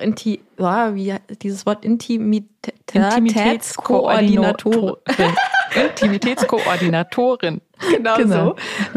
Intimitätskoordinatorin. Intimitätskoordinatorin. Genau. So.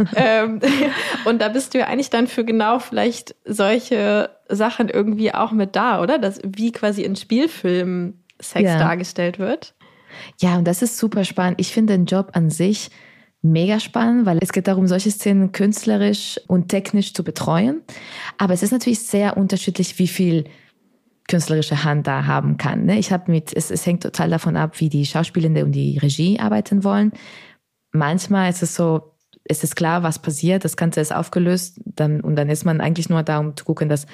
Und da bist du ja eigentlich dann für genau vielleicht solche Sachen irgendwie auch mit da, oder? Wie quasi in Spielfilmen Sex dargestellt wird. Ja, und das ist super spannend. Ich finde den Job an sich mega spannend, weil es geht darum, solche Szenen künstlerisch und technisch zu betreuen. Aber es ist natürlich sehr unterschiedlich, wie viel künstlerische Hand da haben kann. Ne? Es hängt total davon ab, wie die Schauspielende und die Regie arbeiten wollen. Manchmal ist es so, es ist klar, was passiert, das Ganze ist aufgelöst, und dann ist man eigentlich nur da, um zu gucken, dass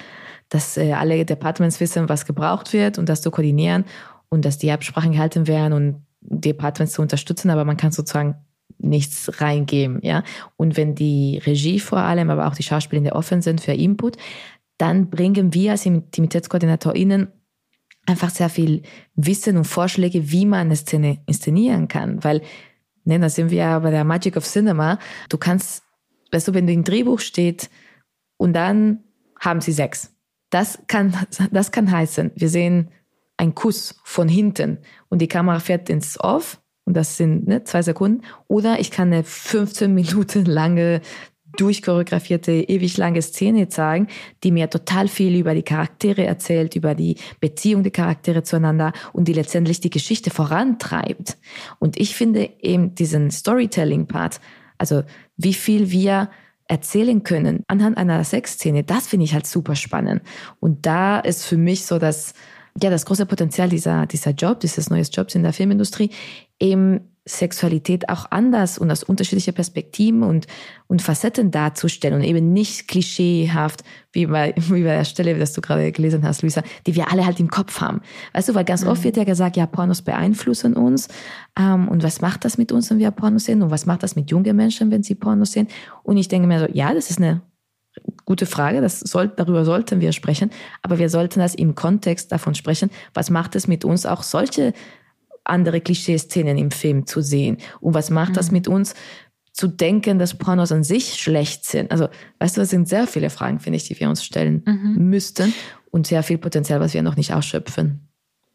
alle Departments wissen, was gebraucht wird und das zu koordinieren und dass die Absprachen gehalten werden und die Departments zu unterstützen, aber man kann sozusagen nichts reingeben. Ja? Und wenn die Regie vor allem, aber auch die Schauspielende offen sind für Input, dann bringen wir als IntimitätskoordinatorInnen einfach sehr viel Wissen und Vorschläge, wie man eine Szene inszenieren kann, weil da sind wir ja bei der Magic of Cinema. Du kannst, weißt du, wenn im Drehbuch steht und dann haben sie Sex. Das kann heißen, wir sehen einen Kuss von hinten und die Kamera fährt ins Off und das sind 2 Sekunden. Oder ich kann eine 15 Minuten lange durchchoreografierte, ewig lange Szene zeigen, die mir total viel über die Charaktere erzählt, über die Beziehung der Charaktere zueinander und die letztendlich die Geschichte vorantreibt. Und ich finde eben diesen Storytelling-Part, also wie viel wir erzählen können anhand einer Sexszene, das finde ich halt super spannend. Und da ist für mich so das große Potenzial dieser Job, dieses neues Jobs in der Filmindustrie, eben Sexualität auch anders und aus unterschiedlichen Perspektiven und Facetten darzustellen und eben nicht klischeehaft, wie bei der Stelle, das du gerade gelesen hast, Luisa, die wir alle halt im Kopf haben. Weißt du, weil ganz oft wird ja gesagt, ja, Pornos beeinflussen uns und was macht das mit uns, wenn wir Pornos sehen und was macht das mit jungen Menschen, wenn sie Pornos sehen? Und ich denke mir so, ja, das ist eine gute Frage, darüber sollten wir sprechen, aber wir sollten das im Kontext davon sprechen, was macht es mit uns, auch solche andere Klischee-Szenen im Film zu sehen. Und was macht das mit uns, zu denken, dass Pornos an sich schlecht sind? Also, weißt du, das sind sehr viele Fragen, finde ich, die wir uns stellen müssten und sehr viel Potenzial, was wir noch nicht ausschöpfen.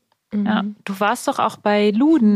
Ja, du warst doch auch bei Luden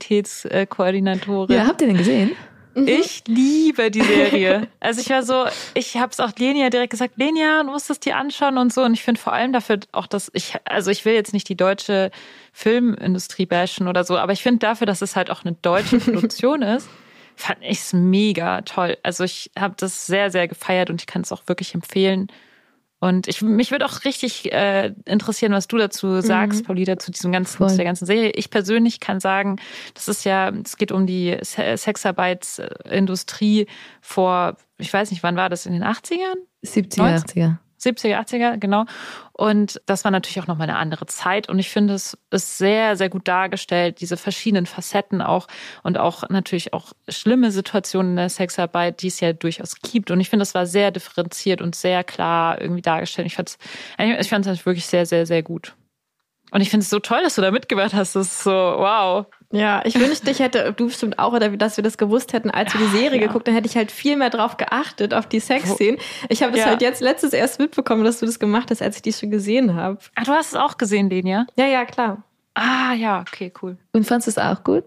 Intimitätskoordinatorin. Ja, habt ihr den gesehen? Ich liebe die Serie. Also ich habe es auch Lenia direkt gesagt, Lenia, du musst es dir anschauen und so. Und ich finde vor allem dafür auch, ich will jetzt nicht die deutsche Filmindustrie bashen oder so, aber ich finde dafür, dass es halt auch eine deutsche Produktion ist, fand ich es mega toll. Also ich habe das sehr, sehr gefeiert und ich kann es auch wirklich empfehlen. Und mich würde auch richtig interessieren, was du dazu sagst, Paulina, zu zu der ganzen Serie. Ich persönlich kann sagen, es geht um die Sexarbeitsindustrie vor, ich weiß nicht, wann war das, in den 80ern? 70er, 80er. 70er, 80er, genau. Und das war natürlich auch nochmal eine andere Zeit. Und ich finde, es ist sehr, sehr gut dargestellt, diese verschiedenen Facetten auch und auch natürlich auch schlimme Situationen in der Sexarbeit, die es ja durchaus gibt. Und ich finde, das war sehr differenziert und sehr klar irgendwie dargestellt. Ich fand es wirklich sehr, sehr, sehr gut. Und ich finde es so toll, dass du da mitgemacht hast. Das ist so, wow. Ja, ich wünschte, du bestimmt auch, oder dass wir das gewusst hätten, als wir die Serie geguckt, dann hätte ich halt viel mehr drauf geachtet, auf die Sexszenen. Ich habe das halt jetzt letztens erst mitbekommen, dass du das gemacht hast, als ich die schon gesehen habe. Ach, du hast es auch gesehen, Lenia? Ja, klar. Ah, ja, okay, cool. Und fandest du es auch gut?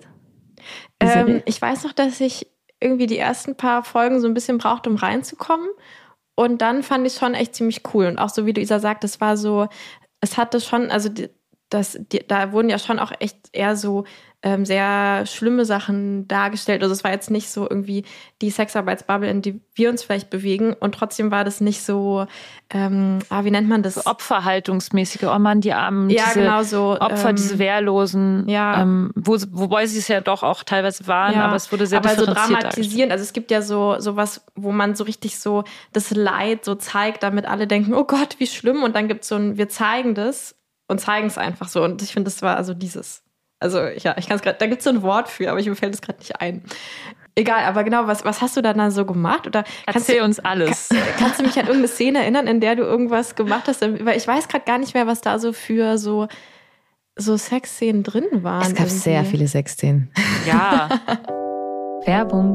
Ich weiß noch, dass ich irgendwie die ersten paar Folgen so ein bisschen brauchte, um reinzukommen. Und dann fand ich es schon echt ziemlich cool. Und auch so, wie du Isa sagt, es war so, es hatte schon, also da wurden ja schon auch echt eher so sehr schlimme Sachen dargestellt. Also es war jetzt nicht so irgendwie die Sexarbeitsbubble, in die wir uns vielleicht bewegen. Und trotzdem war das nicht so, wie nennt man das? So opferhaltungsmäßige, oh Mann, die Armen, ja, genau so, Opfer, diese Wehrlosen, wobei sie es ja doch auch teilweise waren, aber es wurde sehr differenziert so dramatisieren. Also es gibt ja sowas, wo man so richtig so das Leid so zeigt, damit alle denken, oh Gott, wie schlimm. Und dann gibt es so wir zeigen das und zeigen es einfach so. Und ich finde, das war also dieses. Also ja, ich kann es gerade, da gibt es so ein Wort für, aber mir fällt es gerade nicht ein. Egal, aber genau, was hast du dann so gemacht? Oder erzähl uns alles. Kannst du mich an irgendeine Szene erinnern, in der du irgendwas gemacht hast? Weil ich weiß gerade gar nicht mehr, was da so für so Sexszenen drin waren. Es gab sehr viele Sexszenen. Ja. Werbung.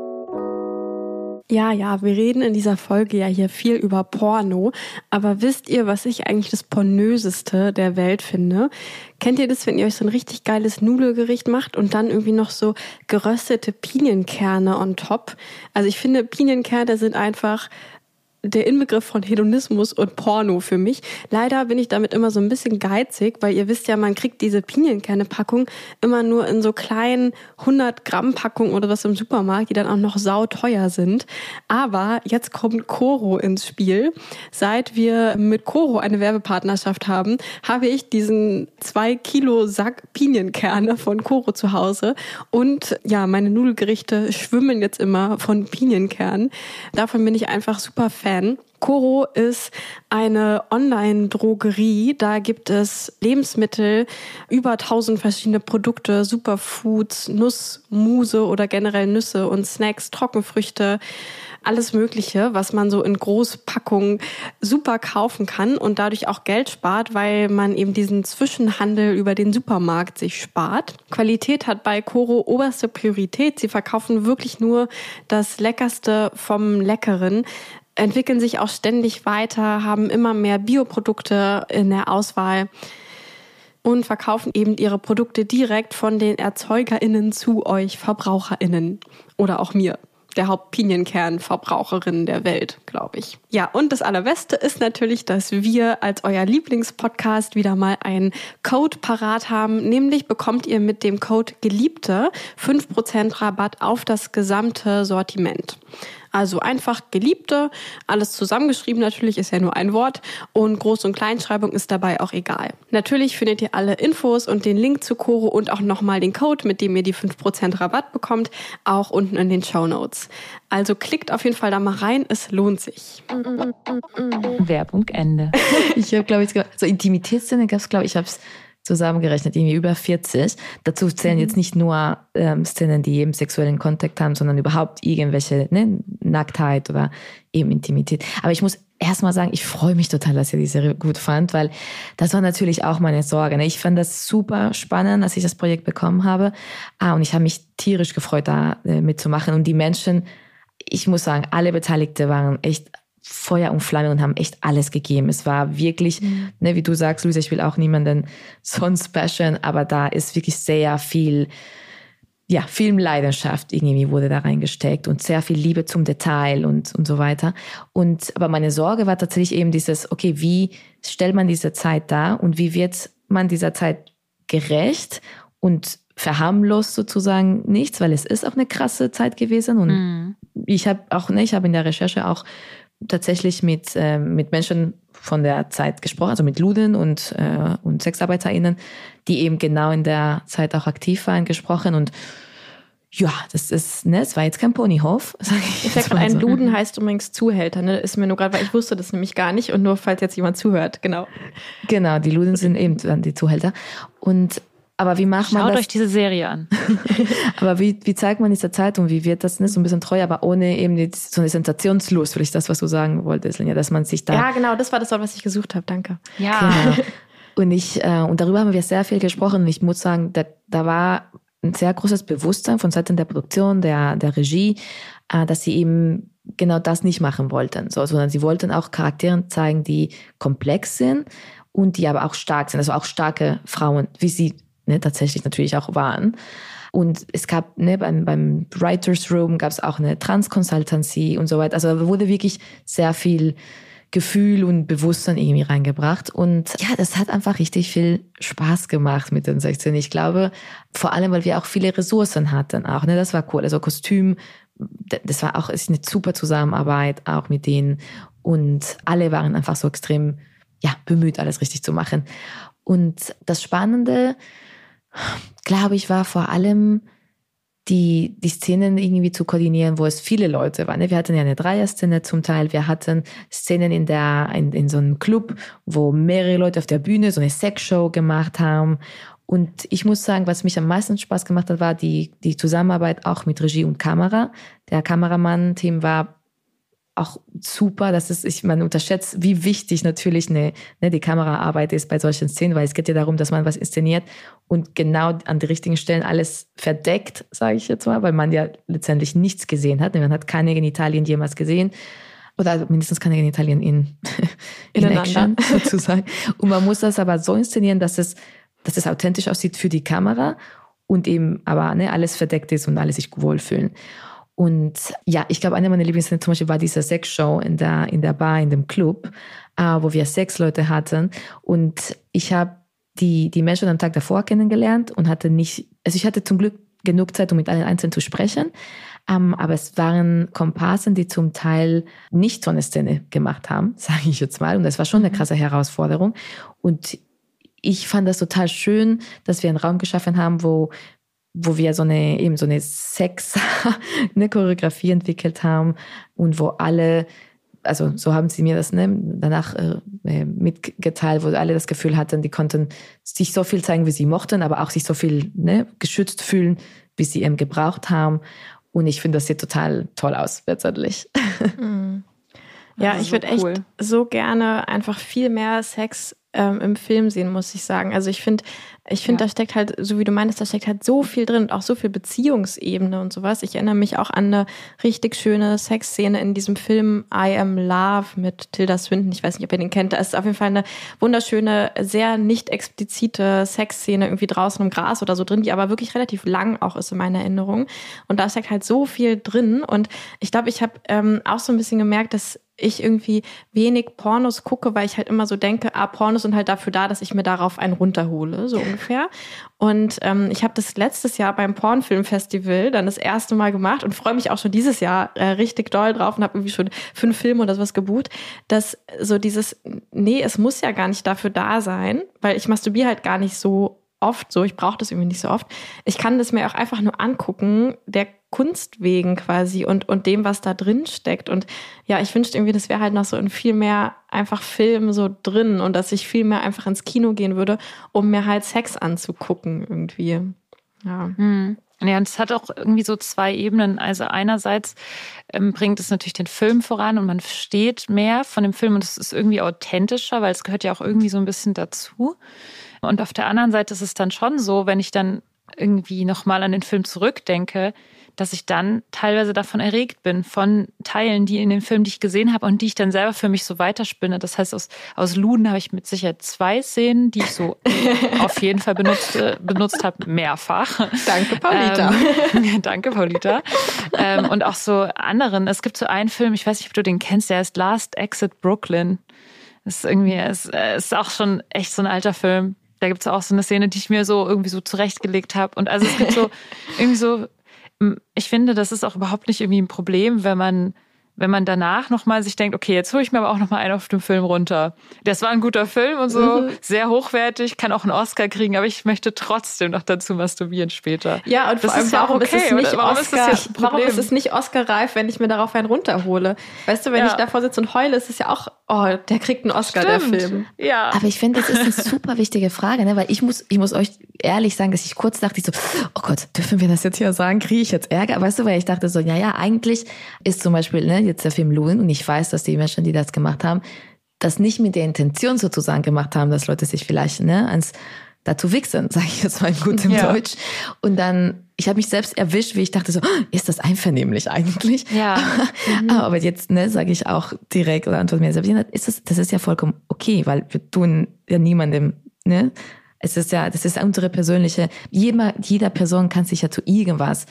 Ja, wir reden in dieser Folge ja hier viel über Porno, aber wisst ihr, was ich eigentlich das Pornöseste der Welt finde? Kennt ihr das, wenn ihr euch so ein richtig geiles Nudelgericht macht und dann irgendwie noch so geröstete Pinienkerne on top? Also ich finde, Pinienkerne sind einfach der Inbegriff von Hedonismus und Porno für mich. Leider bin ich damit immer so ein bisschen geizig, weil ihr wisst ja, man kriegt diese Pinienkerne-Packung immer nur in so kleinen 100-Gramm-Packungen oder was im Supermarkt, die dann auch noch sauteuer sind. Aber jetzt kommt Coro ins Spiel. Seit wir mit Coro eine Werbepartnerschaft haben, habe ich diesen 2 Kilo Sack Pinienkerne von Coro zu Hause. Und ja, meine Nudelgerichte schwimmen jetzt immer von Pinienkernen. Davon bin ich einfach super Fan. Coro ist eine Online-Drogerie. Da gibt es Lebensmittel, über 1000 verschiedene Produkte, Superfoods, Nussmuse oder generell Nüsse und Snacks, Trockenfrüchte, alles Mögliche, was man so in Großpackungen super kaufen kann und dadurch auch Geld spart, weil man eben diesen Zwischenhandel über den Supermarkt sich spart. Qualität hat bei Coro oberste Priorität. Sie verkaufen wirklich nur das Leckerste vom Leckeren, entwickeln sich auch ständig weiter, haben immer mehr Bioprodukte in der Auswahl und verkaufen eben ihre Produkte direkt von den ErzeugerInnen zu euch VerbraucherInnen oder auch mir, der Hauptpinienkern-Verbraucherin der Welt, glaube ich. Ja, und das Allerbeste ist natürlich, dass wir als euer Lieblingspodcast wieder mal einen Code parat haben. Nämlich bekommt ihr mit dem Code Geliebte 5% Rabatt auf das gesamte Sortiment. Also einfach Geliebte, alles zusammengeschrieben natürlich, ist ja nur ein Wort und Groß- und Kleinschreibung ist dabei auch egal. Natürlich findet ihr alle Infos und den Link zu Coro und auch nochmal den Code, mit dem ihr die 5% Rabatt bekommt, auch unten in den Shownotes. Also klickt auf jeden Fall da mal rein, es lohnt sich. Werbung Ende. Ich habe, glaube ich, so Intimitätsszene gab es, glaube ich, habe es zusammengerechnet, irgendwie über 40. Dazu zählen jetzt nicht nur Szenen, die eben sexuellen Kontakt haben, sondern überhaupt irgendwelche Nacktheit oder eben Intimität. Aber ich muss erst mal sagen, ich freue mich total, dass ihr die Serie gut fand, weil das war natürlich auch meine Sorge. Ich fand das super spannend, als ich das Projekt bekommen habe. Und ich habe mich tierisch gefreut, da mitzumachen. Und die Menschen, ich muss sagen, alle Beteiligte waren echt Feuer und Flamme und haben echt alles gegeben. Es war wirklich, wie du sagst, Luisa, ich will auch niemanden sonst bashen, aber da ist wirklich sehr viel, Filmleidenschaft irgendwie wurde da reingesteckt und sehr viel Liebe zum Detail und so weiter. Aber meine Sorge war tatsächlich eben dieses, okay, wie stellt man diese Zeit dar und wie wird man dieser Zeit gerecht und verharmlost sozusagen nichts, weil es ist auch eine krasse Zeit gewesen. Und ich habe in der Recherche auch tatsächlich mit Menschen von der Zeit gesprochen, also mit Luden und SexarbeiterInnen, die eben genau in der Zeit auch aktiv waren, gesprochen. Und ja, es war jetzt kein Ponyhof. Ein Luden heißt übrigens Zuhälter, ne? Ist mir nur gerade, weil ich wusste das nämlich gar nicht und nur falls jetzt jemand zuhört, genau. Genau, die Luden sind eben dann die Zuhälter. Aber wie macht man das? Schaut euch diese Serie an. Aber wie zeigt man diese Zeit und wie wird das so ein bisschen treu, aber ohne eben so eine Sensationslust, vielleicht das, was du sagen wolltest, Linja, dass man sich da... Ja, genau, das war das Wort, was ich gesucht habe, danke. Ja. Genau. Und darüber haben wir sehr viel gesprochen und ich muss sagen, da war ein sehr großes Bewusstsein von Seiten der Produktion, der Regie, dass sie eben genau das nicht machen wollten, sondern sie wollten auch Charaktere zeigen, die komplex sind und die aber auch stark sind, also auch starke Frauen, wie sie tatsächlich natürlich auch waren. Und es gab beim Writers Room gab es auch eine Trans-Consultancy und so weiter. Also da wurde wirklich sehr viel Gefühl und Bewusstsein irgendwie reingebracht. Und ja, das hat einfach richtig viel Spaß gemacht mit den 16. Ich glaube, vor allem, weil wir auch viele Ressourcen hatten auch. Das war cool. Also Kostüm, das war auch ist eine super Zusammenarbeit auch mit denen. Und alle waren einfach so extrem bemüht, alles richtig zu machen. Und das Spannende, glaube ich, war vor allem die Szenen irgendwie zu koordinieren, wo es viele Leute waren. Wir hatten ja eine Dreierszene zum Teil. Wir hatten Szenen in so einem Club, wo mehrere Leute auf der Bühne so eine Sexshow gemacht haben. Und ich muss sagen, was mich am meisten Spaß gemacht hat, war die Zusammenarbeit auch mit Regie und Kamera. Der Kameramann-Team war auch super, man unterschätzt, wie wichtig natürlich die Kameraarbeit ist bei solchen Szenen, weil es geht ja darum, dass man was inszeniert und genau an die richtigen Stellen alles verdeckt, sage ich jetzt mal, weil man ja letztendlich nichts gesehen hat. Man hat keine Genitalien jemals gesehen oder mindestens keine Genitalien in Action sozusagen. Und man muss das aber so inszenieren, dass es authentisch aussieht für die Kamera und eben aber alles verdeckt ist und alle sich wohlfühlen. Und ja, ich glaube, eine meiner Lieblingsszenen zum Beispiel war diese Sexshow in der Bar, in dem Club, wo wir 6 Leute hatten. Und ich habe die Menschen am Tag davor kennengelernt und ich hatte zum Glück genug Zeit, um mit allen einzeln zu sprechen. Aber es waren Komparsen, die zum Teil nicht so eine Szene gemacht haben, sage ich jetzt mal. Und das war schon eine krasse Herausforderung. Und ich fand das total schön, dass wir einen Raum geschaffen haben, wo wir so eine Sex-Choreografie entwickelt haben und wo alle, also so haben sie mir das danach mitgeteilt, wo alle das Gefühl hatten, die konnten sich so viel zeigen, wie sie mochten, aber auch sich so viel geschützt fühlen, wie sie eben gebraucht haben. Und ich finde, das sieht total toll aus, letztendlich. Ja, ich würde echt so gerne einfach viel mehr Sex im Film sehen, muss ich sagen. Also ich finde, da steckt halt, so wie du meinst, da steckt halt so viel drin und auch so viel Beziehungsebene und sowas. Ich erinnere mich auch an eine richtig schöne Sexszene in diesem Film I Am Love mit Tilda Swinton. Ich weiß nicht, ob ihr den kennt. Da ist auf jeden Fall eine wunderschöne, sehr nicht explizite Sexszene irgendwie draußen im Gras oder so drin, die aber wirklich relativ lang auch ist in meiner Erinnerung. Und da steckt halt so viel drin. Und ich glaube, ich habe auch so ein bisschen gemerkt, dass ich irgendwie wenig Pornos gucke, weil ich halt immer so denke, Pornos sind halt dafür da, dass ich mir darauf einen runterhole, so ungefähr. Und ich habe das letztes Jahr beim Pornfilmfestival dann das erste Mal gemacht und freue mich auch schon dieses Jahr richtig doll drauf und habe irgendwie schon 5 Filme oder sowas gebucht, dass so dieses, es muss ja gar nicht dafür da sein, weil ich masturbiere halt gar nicht so oft so, ich brauche das irgendwie nicht so oft. Ich kann das mir auch einfach nur angucken, der Kunst wegen quasi und dem, was da drin steckt. Und ja, ich wünschte irgendwie, das wäre halt noch so in viel mehr einfach Film so drin und dass ich viel mehr einfach ins Kino gehen würde, um mir halt Sex anzugucken irgendwie. Ja. Ja, und es hat auch irgendwie so 2 Ebenen. Also einerseits bringt es natürlich den Film voran und man versteht mehr von dem Film und es ist irgendwie authentischer, weil es gehört ja auch irgendwie so ein bisschen dazu. Und auf der anderen Seite ist es dann schon so, wenn ich dann irgendwie nochmal an den Film zurückdenke, dass ich dann teilweise davon erregt bin, von Teilen, die in den Filmen, die ich gesehen habe und die ich dann selber für mich so weiterspinne. Das heißt, aus Luden habe ich mit Sicherheit 2 Szenen, die ich so auf jeden Fall benutzt habe, mehrfach. Danke, Paulita. Danke, Paulita. Und auch so anderen. Es gibt so einen Film, ich weiß nicht, ob du den kennst, der heißt Last Exit Brooklyn. Das ist irgendwie, es ist auch schon echt so ein alter Film. Da gibt es auch so eine Szene, die ich mir so irgendwie so zurechtgelegt habe. Und also es gibt so irgendwie so, ich finde, das ist auch überhaupt nicht irgendwie ein Problem, wenn man danach nochmal sich denkt, okay, jetzt hole ich mir aber auch nochmal einen auf dem Film runter. Das war ein guter Film und so, sehr hochwertig, kann auch einen Oscar kriegen, aber ich möchte trotzdem noch dazu masturbieren später. Ja, und vor allem, warum ist es nicht Oscar-reif, wenn ich mir darauf einen runterhole? Weißt du, wenn ich davor sitze und heule, ist es ja auch, der kriegt einen Oscar, der Film. Ja. Aber ich finde, das ist eine super wichtige Frage, ne? Weil ich muss euch ehrlich sagen, dass ich kurz dachte, oh Gott, dürfen wir das jetzt hier sagen? Kriege ich jetzt Ärger? Weißt du, weil ich dachte so, ja, eigentlich ist zum Beispiel, ne, jetzt der Film Loon, und ich weiß, dass die Menschen, die das gemacht haben, das nicht mit der Intention sozusagen gemacht haben, dass Leute sich vielleicht dazu wichsen, sage ich jetzt mal in gutem Deutsch. Und dann, ich habe mich selbst erwischt, wie ich dachte so, ist das einvernehmlich eigentlich? Ja. Aber jetzt sage ich auch direkt oder antworte mir selbst, das ist ja vollkommen okay, weil wir tun ja niemandem, ne? Das ist unsere persönliche, jeder Person kann sich ja zu irgendwas,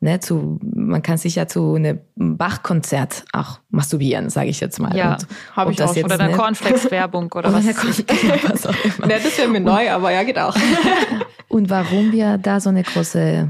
man kann sich ja zu einem Bach-Konzert auch masturbieren, sage ich jetzt mal. Ja, habe ich auch. Oder eine Cornflakes-Werbung oder was. Was auch immer. Das wäre mir neu, aber ja, geht auch. Und warum wir da so eine große,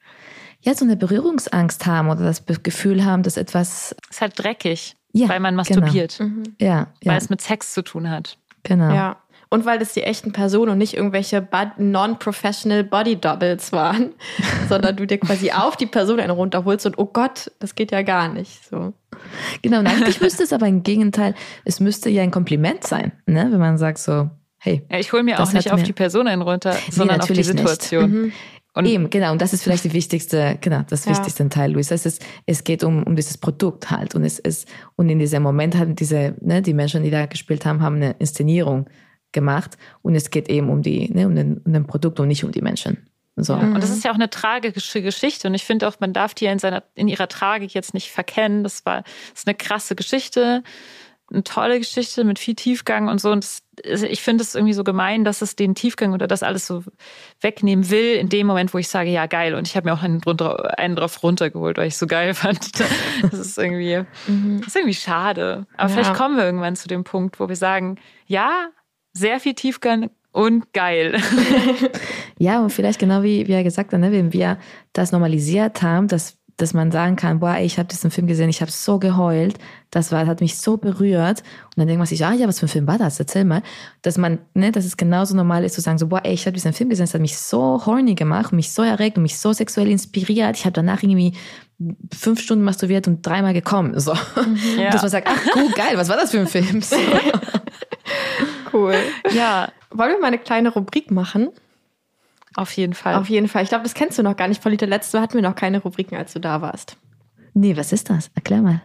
so eine Berührungsangst haben oder das Gefühl haben, dass etwas... Ist halt dreckig, weil man masturbiert. Genau. Ja. Weil es mit Sex zu tun hat. Genau. Ja. Und weil das die echten Personen und nicht irgendwelche non-professional Body Doubles waren, sondern du dir quasi auf die Person einen runterholst und oh Gott, das geht ja gar nicht. So. Genau, und eigentlich müsste es aber im Gegenteil, es müsste ja ein Kompliment sein, ne? Wenn man sagt so, hey. Ja, ich hole mir auch nicht auf die Person einen runter, sondern auf die Situation. Und eben, genau, und das ist vielleicht das wichtigste Teil, Luisa. Es geht um dieses Produkt halt. Und und in diesem Moment haben die Menschen, die da gespielt haben eine Inszenierung gemacht. Und es geht eben um den Produkt und nicht um die Menschen. So. Ja, und das ist ja auch eine tragische Geschichte. Und ich finde auch, man darf die in ihrer Tragik jetzt nicht verkennen. Das ist eine krasse Geschichte, eine tolle Geschichte mit viel Tiefgang und so. Und ich finde es irgendwie so gemein, dass es den Tiefgang oder das alles so wegnehmen will, in dem Moment, wo ich sage, ja, geil. Und ich habe mir auch einen drauf runtergeholt, weil ich es so geil fand. Das ist irgendwie schade. Aber vielleicht kommen wir irgendwann zu dem Punkt, wo wir sagen, ja, sehr viel Tiefgang und geil. Ja, und vielleicht genau wie er gesagt hat, wenn wir das normalisiert haben, dass man sagen kann, ich habe diesen Film gesehen, ich habe so geheult, hat mich so berührt. Und dann denkt man sich, was für ein Film war das? Erzähl mal. Dass es genauso normal ist zu sagen, so, ich habe diesen Film gesehen, es hat mich so horny gemacht, mich so erregt und mich so sexuell inspiriert. Ich habe danach irgendwie 5 Stunden masturbiert und 3-mal gekommen. So. Ja. Und dass man sagt, geil, was war das für ein Film? So. Cool. Ja. Wollen wir mal eine kleine Rubrik machen? Auf jeden Fall. Auf jeden Fall. Ich glaube, das kennst du noch gar nicht, Paulita. Letztes Mal hatten wir noch keine Rubriken, als du da warst. Nee, was ist das? Erklär mal.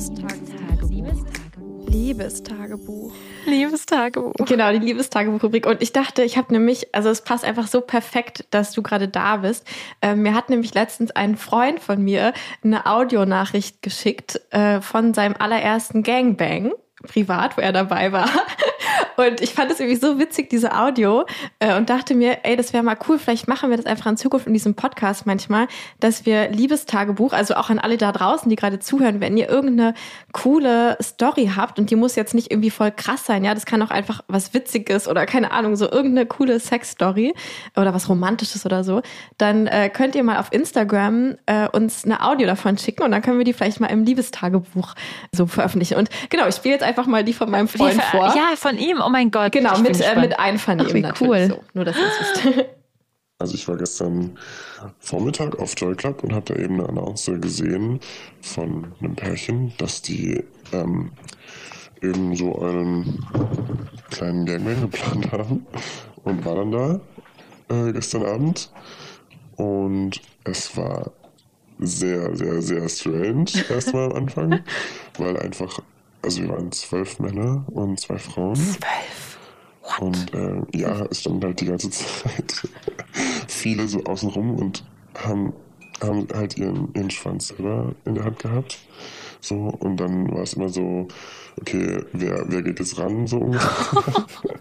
Liebestagebuch. Liebestagebuch. Genau, die Liebestagebuch-Rubrik. Und ich dachte, ich habe nämlich, es passt einfach so perfekt, dass du gerade da bist. Mir hat nämlich letztens ein Freund von mir eine Audionachricht geschickt von seinem allerersten Gangbang. Privat, wo er dabei war. Und ich fand es irgendwie so witzig, diese Audio, und dachte mir, das wäre mal cool, vielleicht machen wir das einfach in Zukunft in diesem Podcast manchmal, dass wir Liebestagebuch, also auch an alle da draußen, die gerade zuhören, wenn ihr irgendeine coole Story habt, und die muss jetzt nicht irgendwie voll krass sein, ja, das kann auch einfach was Witziges oder keine Ahnung, so irgendeine coole Sexstory oder was Romantisches oder so, dann könnt ihr mal auf Instagram uns eine Audio davon schicken und dann können wir die vielleicht mal im Liebestagebuch so veröffentlichen. Und genau, ich spiele jetzt einfach mal die von meinem Freund vor. Ja, von ihm. Oh mein Gott. Genau, mit Einvernehmen natürlich. Cool. So, nur, dass ihr es wisst. Also ich war gestern Vormittag auf Joy Club und habe da eben eine Annonce gesehen von einem Pärchen, dass die eben so einen kleinen Gangbang geplant haben und war dann da gestern Abend. Und es war sehr, sehr, sehr strange erstmal am Anfang, weil einfach, also wir waren 12 Männer und 2 Frauen. 12? What? Und es standen halt die ganze Zeit viele so außenrum und haben halt ihren Schwanz selber in der Hand gehabt. So, und dann war es immer so, okay, wer geht jetzt ran, so ungefähr.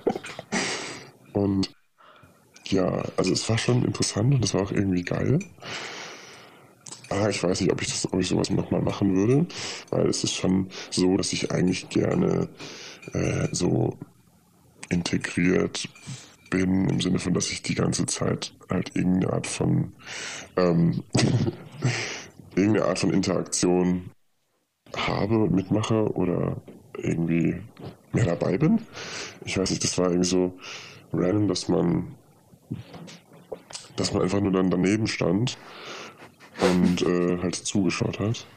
Und ja, also es war schon interessant und es war auch irgendwie geil. Aber ich weiß nicht, ob ich sowas nochmal machen würde, weil es ist schon so, dass ich eigentlich gerne so integriert bin, im Sinne von, dass ich die ganze Zeit halt irgendeine Art von Interaktion habe und mitmache oder irgendwie mehr dabei bin. Ich weiß nicht, das war irgendwie so random, dass man einfach nur dann daneben stand und halt zugeschaut hat.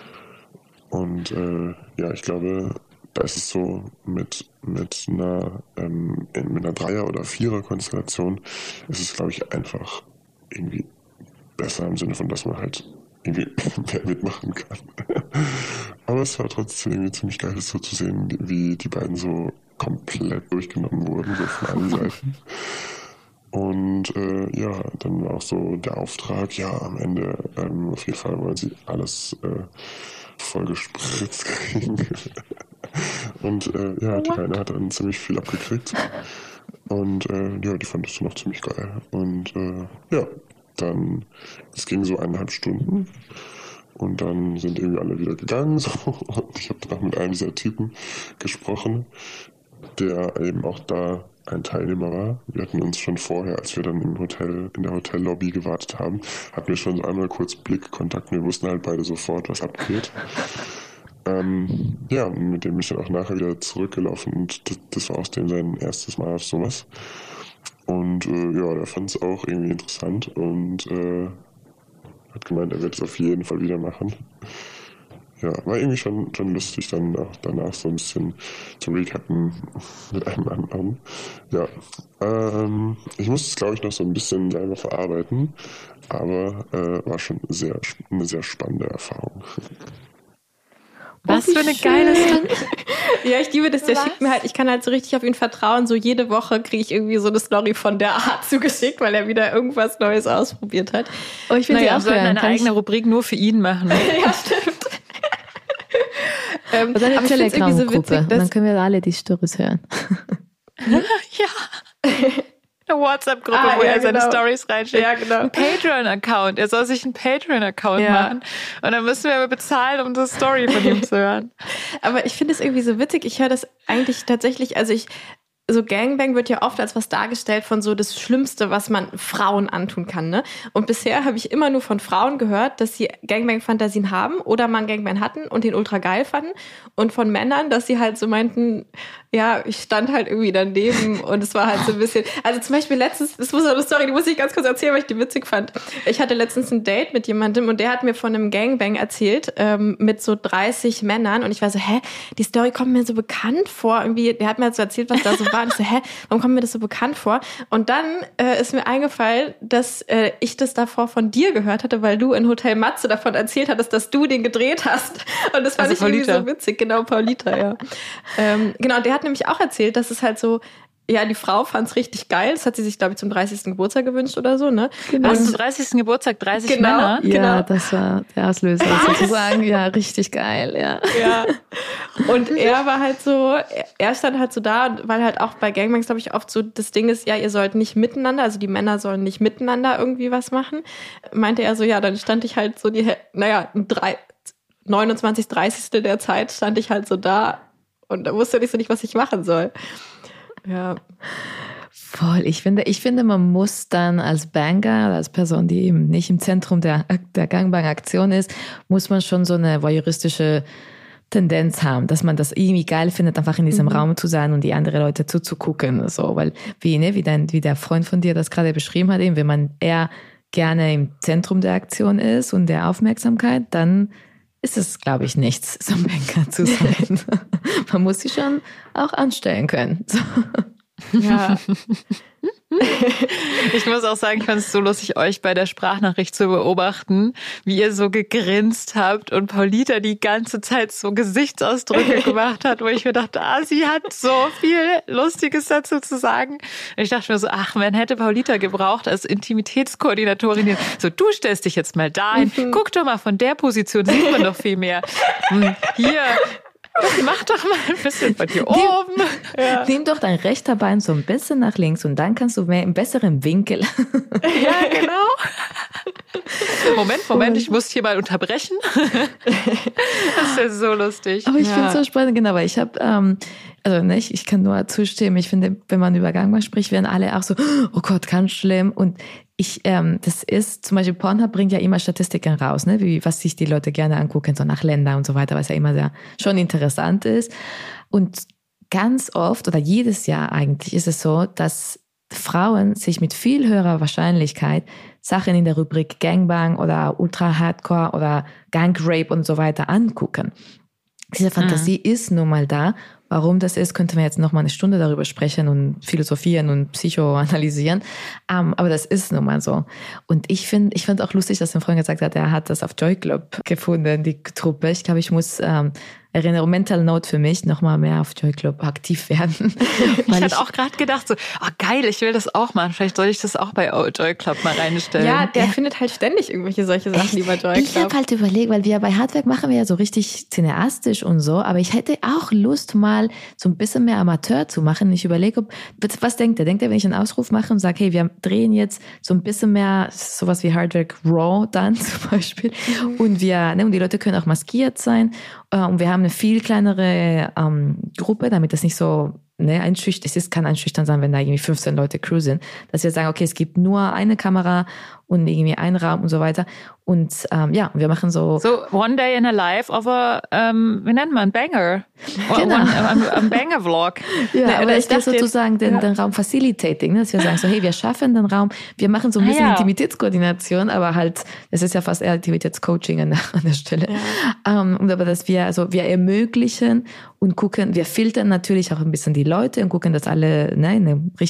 Und ich glaube, da ist es so mit einer Dreier- oder Vierer-Konstellation ist es, glaube ich, einfach irgendwie besser im Sinne von, dass man halt irgendwie mehr mitmachen kann. Aber es war trotzdem irgendwie ziemlich geil, das so zu sehen, wie die beiden so komplett durchgenommen wurden, so von allen Seiten. Und dann war auch so der Auftrag, am Ende auf jeden Fall wollen sie alles voll gespritzt kriegen. Und die eine hat dann ziemlich viel abgekriegt. Und die fand das noch ziemlich geil. Und dann, es ging so 1,5 Stunden. Und dann sind irgendwie alle wieder gegangen. So. Und ich habe danach mit einem dieser Typen gesprochen, der eben auch da ein Teilnehmer war. Wir hatten uns schon vorher, als wir dann in der Hotellobby gewartet haben, hatten wir schon so einmal kurz Blickkontakt. Wir wussten halt beide sofort, was abgeht. Mit dem bin ich dann auch nachher wieder zurückgelaufen und das war aus dem sein erstes Mal auf sowas. Und der fand es auch irgendwie interessant und hat gemeint, er wird es auf jeden Fall wieder machen. Ja, war irgendwie schon lustig, dann auch danach so ein bisschen zu recappen mit einem anderen. Ja, ich muss es, glaube ich, noch so ein bisschen selber verarbeiten, aber war schon eine sehr spannende Erfahrung. Was für eine geile Story. Ja, ich liebe das. Der schickt mir halt, ich kann halt so richtig auf ihn vertrauen. So jede Woche kriege ich irgendwie so eine Story von der Art zugeschickt, weil er wieder irgendwas Neues ausprobiert hat. Oh, ich finde, wir sollten eine eigene Rubrik nur für ihn machen. Ja, stimmt. Oder eine Telegram-Gruppe. Dann können wir alle die Stories hören. Ja. Eine WhatsApp-Gruppe, wo er seine Stories reinschickt. Ja, genau. Ein Patreon-Account. Er soll sich einen Patreon-Account machen. Und dann müssen wir bezahlen, um das Story von ihm zu hören. Aber ich finde es irgendwie so witzig. Ich höre das eigentlich tatsächlich, so Gangbang wird ja oft als was dargestellt von so das Schlimmste, was man Frauen antun kann, ne? Und bisher habe ich immer nur von Frauen gehört, dass sie Gangbang-Fantasien haben oder mal einen Gangbang hatten und den ultra geil fanden. Und von Männern, dass sie halt so meinten, ja, ich stand halt irgendwie daneben und es war halt so ein bisschen, also zum Beispiel letztens, das muss eine Story, die muss ich ganz kurz erzählen, weil ich die witzig fand. Ich hatte letztens ein Date mit jemandem und der hat mir von einem Gangbang erzählt, mit so 30 Männern und ich war so, die Story kommt mir so bekannt vor, irgendwie, der hat mir halt so erzählt, was da so war und ich so, warum kommt mir das so bekannt vor? Und dann ist mir eingefallen, dass ich das davor von dir gehört hatte, weil du in Hotel Matze davon erzählt hattest, dass du den gedreht hast und das fand ich irgendwie so witzig, genau, Paulita, ja. Genau, der hat nämlich auch erzählt, dass es halt so, ja, die Frau fand's richtig geil. Das hat sie sich, glaube ich, zum 30. Geburtstag gewünscht oder so, ne? Genau. Und zum 30. Geburtstag 30 Männer? Ja, das war der Auslöser sozusagen. Ja, richtig geil, ja. Und er war halt so, er stand halt so da, weil halt auch bei Gangbangs, glaube ich, oft so das Ding ist, ja, ihr sollt nicht miteinander, also die Männer sollen nicht miteinander irgendwie was machen. Meinte er so, ja, dann stand ich halt so 29, 30. der Zeit stand ich halt so da und da wusste ich so nicht, was ich machen soll. Ja. Voll. Ich finde, man muss dann als Banger, als Person, die eben nicht im Zentrum der Gangbang-Aktion ist, muss man schon so eine voyeuristische Tendenz haben, dass man das irgendwie geil findet, einfach in diesem Raum zu sein und die anderen Leute zuzugucken. So, weil wie der Freund von dir das gerade beschrieben hat, eben, wenn man eher gerne im Zentrum der Aktion ist und der Aufmerksamkeit, dann ist es, glaube ich, nichts, so ein Banker zu sein. Man muss sich schon auch anstellen können. So. Ja. Ich muss auch sagen, ich fand es so lustig, euch bei der Sprachnachricht zu beobachten, wie ihr so gegrinst habt und Paulita die ganze Zeit so Gesichtsausdrücke gemacht hat, wo ich mir dachte, sie hat so viel Lustiges dazu zu sagen. Und ich dachte mir so, man hätte Paulita gebraucht als Intimitätskoordinatorin. So, du stellst dich jetzt mal dahin, guck doch mal, von der Position sieht man doch viel mehr. Hier, mach doch mal ein bisschen von hier oben. Nimm doch dein rechter Bein so ein bisschen nach links und dann kannst du mehr im besseren Winkel. Ja, genau. Moment, ich muss hier mal unterbrechen. Das ist ja so lustig. Aber ich finde es so spannend, genau, weil ich habe, ich kann nur zustimmen. Ich finde, wenn man über Gangbang spricht, werden alle auch so, oh Gott, ganz schlimm. Und das ist, zum Beispiel Pornhub bringt ja immer Statistiken raus, ne, was sich die Leute gerne angucken, so nach Ländern und so weiter, was ja immer sehr schon interessant ist. Und ganz oft oder jedes Jahr eigentlich ist es so, dass Frauen sich mit viel höherer Wahrscheinlichkeit Sachen in der Rubrik Gangbang oder Ultra Hardcore oder Gang Rape und so weiter angucken. Diese Fantasie ist nun mal da. Warum das ist, könnten wir jetzt noch mal eine Stunde darüber sprechen und philosophieren und psychoanalysieren. Aber das ist nun mal so. Und ich fand auch lustig, dass ein Freund gesagt hat, er hat das auf Joy Club gefunden, die Truppe. Ich glaube, ich muss Erinnerung, Mental Note für mich, nochmal mehr auf Joy Club aktiv werden. Ich hatte auch gerade gedacht, so, oh geil, ich will das auch machen. Vielleicht soll ich das auch bei Joy Club mal reinstellen. Ja, der findet halt ständig irgendwelche solche Sachen, die bei Joy Club. Ich habe halt überlegt, weil wir bei Handwerk machen wir ja so richtig cineastisch und so, aber ich hätte auch Lust, mal so ein bisschen mehr Amateur zu machen. Ich überlege, was denkt er? Denkt er, wenn ich einen Ausruf mache und sage, hey, wir drehen jetzt so ein bisschen mehr sowas wie Handwerk Raw dann zum Beispiel und und die Leute können auch maskiert sein und wir haben eine viel kleinere Gruppe, damit das nicht so kann einschüchtern sein, wenn da irgendwie 15 Leute Crew sind, dass wir sagen, okay, es gibt nur eine Kamera und irgendwie einen Raum und so weiter. Und wir machen so... So One Day in a Life of a, wie nennt man, Banger? Genau. Ein Banger-Vlog. Ja, oder ich dachte sozusagen den Raum Facilitating, dass wir sagen so, hey, wir schaffen den Raum, wir machen so ein bisschen Intimitätskoordination, aber halt, es ist ja fast eher Intimitätscoaching an der Stelle. Ja. Aber dass wir ermöglichen und gucken, wir filtern natürlich auch ein bisschen die Leute und gucken, dass alle in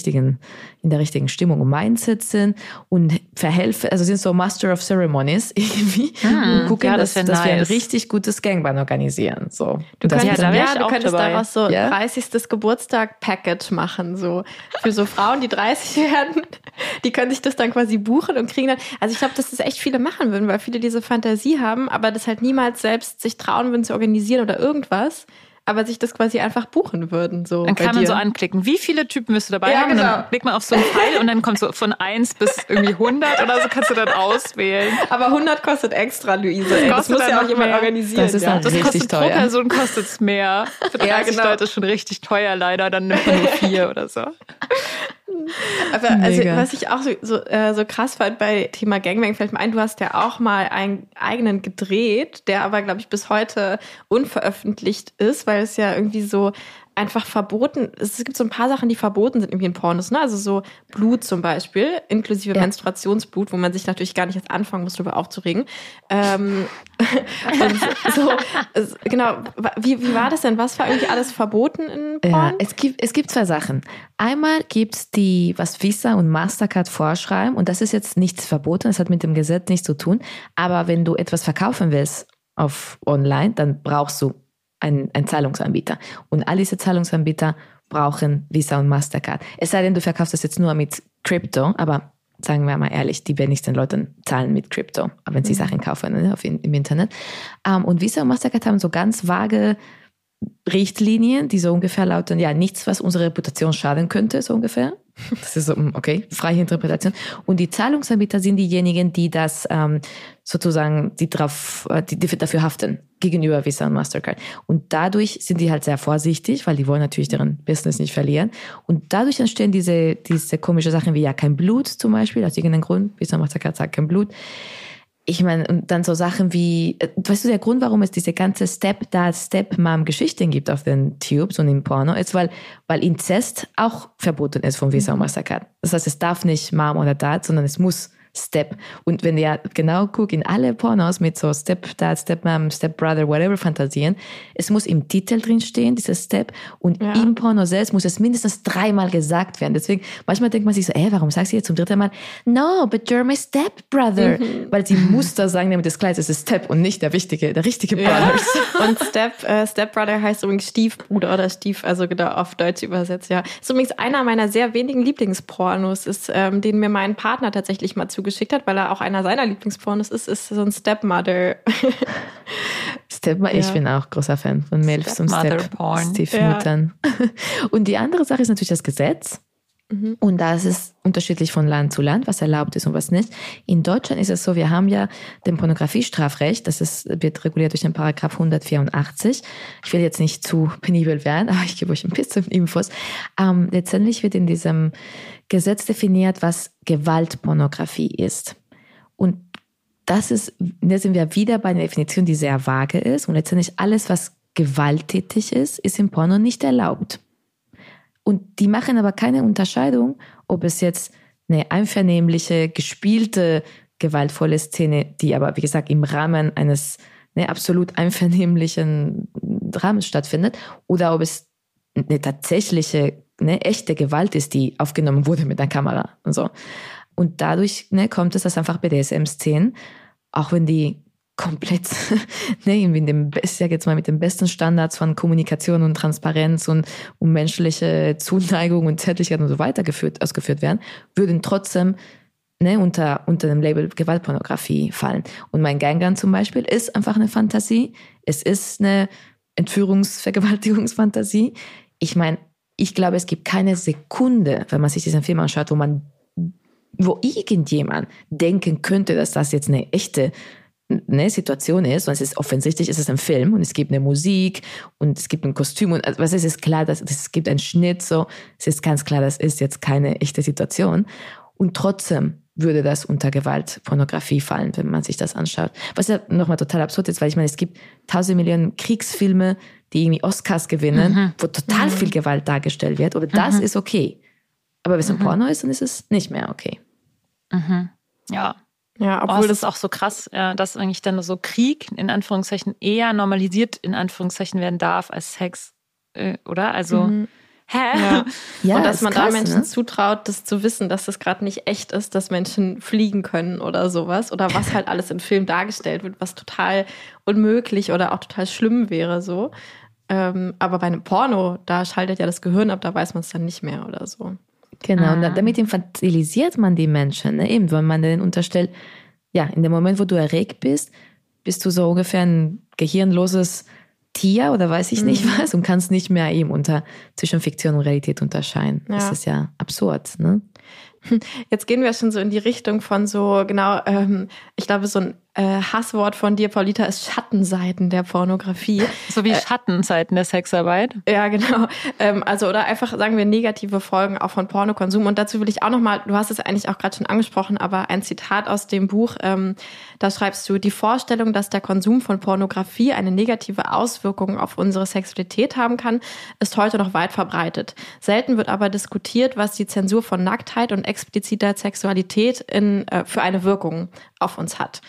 der richtigen Stimmung und Mindset sind und verhelfen, also sind so Master of Ceremonies irgendwie und gucken, dass wir ein richtig gutes Gangbang organisieren. So. Du könntest daraus so 30. Geburtstag-Package machen, so für so Frauen, die 30 werden, die können sich das dann quasi buchen und kriegen dann, also ich glaube, dass das echt viele machen würden, weil viele diese Fantasie haben, aber das halt niemals selbst sich trauen würden zu organisieren oder irgendwas. Aber sich das quasi einfach buchen würden. So dann kann man so anklicken, wie viele Typen wirst du dabei haben? Genau. Dann klickt man auf so einen Pfeil und dann kommt so von 1 bis irgendwie 100 oder so, kannst du dann auswählen. Aber 100 kostet extra, Luise. Das muss ja auch jemand organisieren. Das ist halt das richtig kostet teuer. Pro Person kostet es mehr. Für 30 Leute ist schon richtig teuer leider, dann nimmt man nur 4 oder so. Aber also, was ich auch so krass fand bei Thema Gangbang, fällt mir ein, du hast ja auch mal einen eigenen gedreht, der aber, glaube ich, bis heute unveröffentlicht ist, weil es ja irgendwie so einfach verboten, es gibt so ein paar Sachen, die verboten sind irgendwie in Pornos, ne? Also so Blut zum Beispiel, inklusive Menstruationsblut, wo man sich natürlich gar nicht erst anfangen muss, darüber aufzuregen. Genau, wie war das denn? Was war irgendwie alles verboten in Porn? Ja, es gibt 2 Sachen. Einmal gibt's was Visa und Mastercard vorschreiben und das ist jetzt nichts verboten, das hat mit dem Gesetz nichts zu tun, aber wenn du etwas verkaufen willst auf online, dann brauchst du ein Zahlungsanbieter. Und all diese Zahlungsanbieter brauchen Visa und Mastercard. Es sei denn, du verkaufst das jetzt nur mit Crypto, aber sagen wir mal ehrlich, die wenigsten Leute zahlen mit Crypto, wenn sie Sachen kaufen im Internet. Und Visa und Mastercard haben so ganz vage Richtlinien, die so ungefähr lauten, nichts, was unsere Reputation schaden könnte, so ungefähr. Das ist so, okay, freie Interpretation. Und die Zahlungsanbieter sind diejenigen, die das sozusagen, die dafür haften, gegenüber Visa und Mastercard. Und dadurch sind die halt sehr vorsichtig, weil die wollen natürlich deren Business nicht verlieren. Und dadurch entstehen diese komische Sachen wie kein Blut zum Beispiel, aus irgendeinem Grund. Visa und Mastercard sagt kein Blut. Ich meine, und dann so Sachen wie, weißt du, der Grund, warum es diese ganze Stepdad, Stepmom-Geschichten gibt auf den Tubes und im Porno, ist, weil Inzest auch verboten ist von Visa und Mastercard. Das heißt, es darf nicht Mom oder Dad, sondern es muss Step. Und wenn ihr genau guckt, in alle Pornos mit so Stepdad, Stepmom, Stepbrother, whatever Fantasien, es muss im Titel drin stehen, dieses Step. Und im Porno selbst muss es mindestens 3-mal gesagt werden. Deswegen, manchmal denkt man sich so, warum sagst du jetzt zum 3. Mal, no, but you're my stepbrother? Weil sie muss das sagen, damit es klar ist, es ist Step und nicht der richtige Brother. Und Stepbrother heißt übrigens Stiefbruder oder also genau auf Deutsch übersetzt, ja. Ist übrigens einer meiner sehr wenigen Lieblingspornos, den mir mein Partner tatsächlich mal zugeschickt hat, weil er auch einer seiner Lieblingspornos ist so ein Stepmother. Ich bin auch großer Fan von MILFs und Stiefmüttern. Und die andere Sache ist natürlich das Gesetz. Und da ist es unterschiedlich von Land zu Land, was erlaubt ist und was nicht. In Deutschland ist es so, wir haben ja den Pornografiestrafrecht, wird reguliert durch den Paragraph 184. Ich will jetzt nicht zu penibel werden, aber ich gebe euch ein bisschen Infos. Letztendlich wird in diesem Gesetz definiert, was Gewaltpornografie ist. Und da sind wir wieder bei einer Definition, die sehr vage ist. Und letztendlich alles, was gewalttätig ist im Porno nicht erlaubt. Und die machen aber keine Unterscheidung, ob es jetzt eine einvernehmliche, gespielte, gewaltvolle Szene, die aber, wie gesagt, im Rahmen eines absolut einvernehmlichen Rahmens stattfindet, oder ob es eine tatsächliche, echte Gewalt ist, die aufgenommen wurde mit einer Kamera und so. Und dadurch kommt es, dass einfach BDSM-Szenen, auch wenn die komplett ich sage jetzt mal mit den besten Standards von Kommunikation und Transparenz und menschliche Zuneigung und Zärtlichkeit und so weiter ausgeführt werden, würden trotzdem unter dem Label Gewaltpornografie fallen. Und mein Gangan zum Beispiel ist einfach eine Fantasie. Es ist eine Vergewaltigungsfantasie. Ich meine, ich glaube, es gibt keine Sekunde, wenn man sich diesen Film anschaut, wo irgendjemand denken könnte, dass das jetzt eine echte Situation ist, und es ist offensichtlich, es ist ein Film und es gibt eine Musik und es gibt ein Kostüm und es ist klar, dass es gibt einen Schnitt, so, es ist ganz klar, das ist jetzt keine echte Situation, und trotzdem würde das unter Gewaltpornografie fallen, wenn man sich das anschaut. Was ja nochmal total absurd ist, weil ich meine, es gibt 1000 Millionen Kriegsfilme, die irgendwie Oscars gewinnen, wo total viel Gewalt dargestellt wird, oder das ist okay. Aber wenn es ein Porno ist, dann ist es nicht mehr okay. Ja, obwohl das ist auch so krass, dass eigentlich dann so Krieg in Anführungszeichen eher normalisiert in Anführungszeichen werden darf als Sex, oder? Also, hä? Ja, und dass man krass, da Menschen zutraut, das zu wissen, dass das gerade nicht echt ist, dass Menschen fliegen können oder sowas, oder was halt alles im Film dargestellt wird, was total unmöglich oder auch total schlimm wäre, so. Aber bei einem Porno, da schaltet ja das Gehirn ab, da weiß man es dann nicht mehr oder so. Genau, und damit infantilisiert man die Menschen, eben, wenn man denen unterstellt, ja, in dem Moment, wo du erregt bist du so ungefähr ein gehirnloses Tier oder weiß ich nicht was und kannst nicht mehr eben zwischen Fiktion und Realität unterscheiden. Ja. Das ist ja absurd, ne? Jetzt gehen wir schon so in die Richtung von so, genau, ich glaube, so ein Hasswort von dir, Paulita, ist Schattenseiten der Pornografie. So wie Schattenseiten der Sexarbeit. Ja, genau. Oder einfach, sagen wir, negative Folgen auch von Pornokonsum. Und dazu will ich auch nochmal, du hast es eigentlich auch gerade schon angesprochen, aber ein Zitat aus dem Buch, da schreibst du, die Vorstellung, dass der Konsum von Pornografie eine negative Auswirkung auf unsere Sexualität haben kann, ist heute noch weit verbreitet. Selten wird aber diskutiert, was die Zensur von Nacktheit und expliziter Sexualität für eine Wirkung auf uns hat.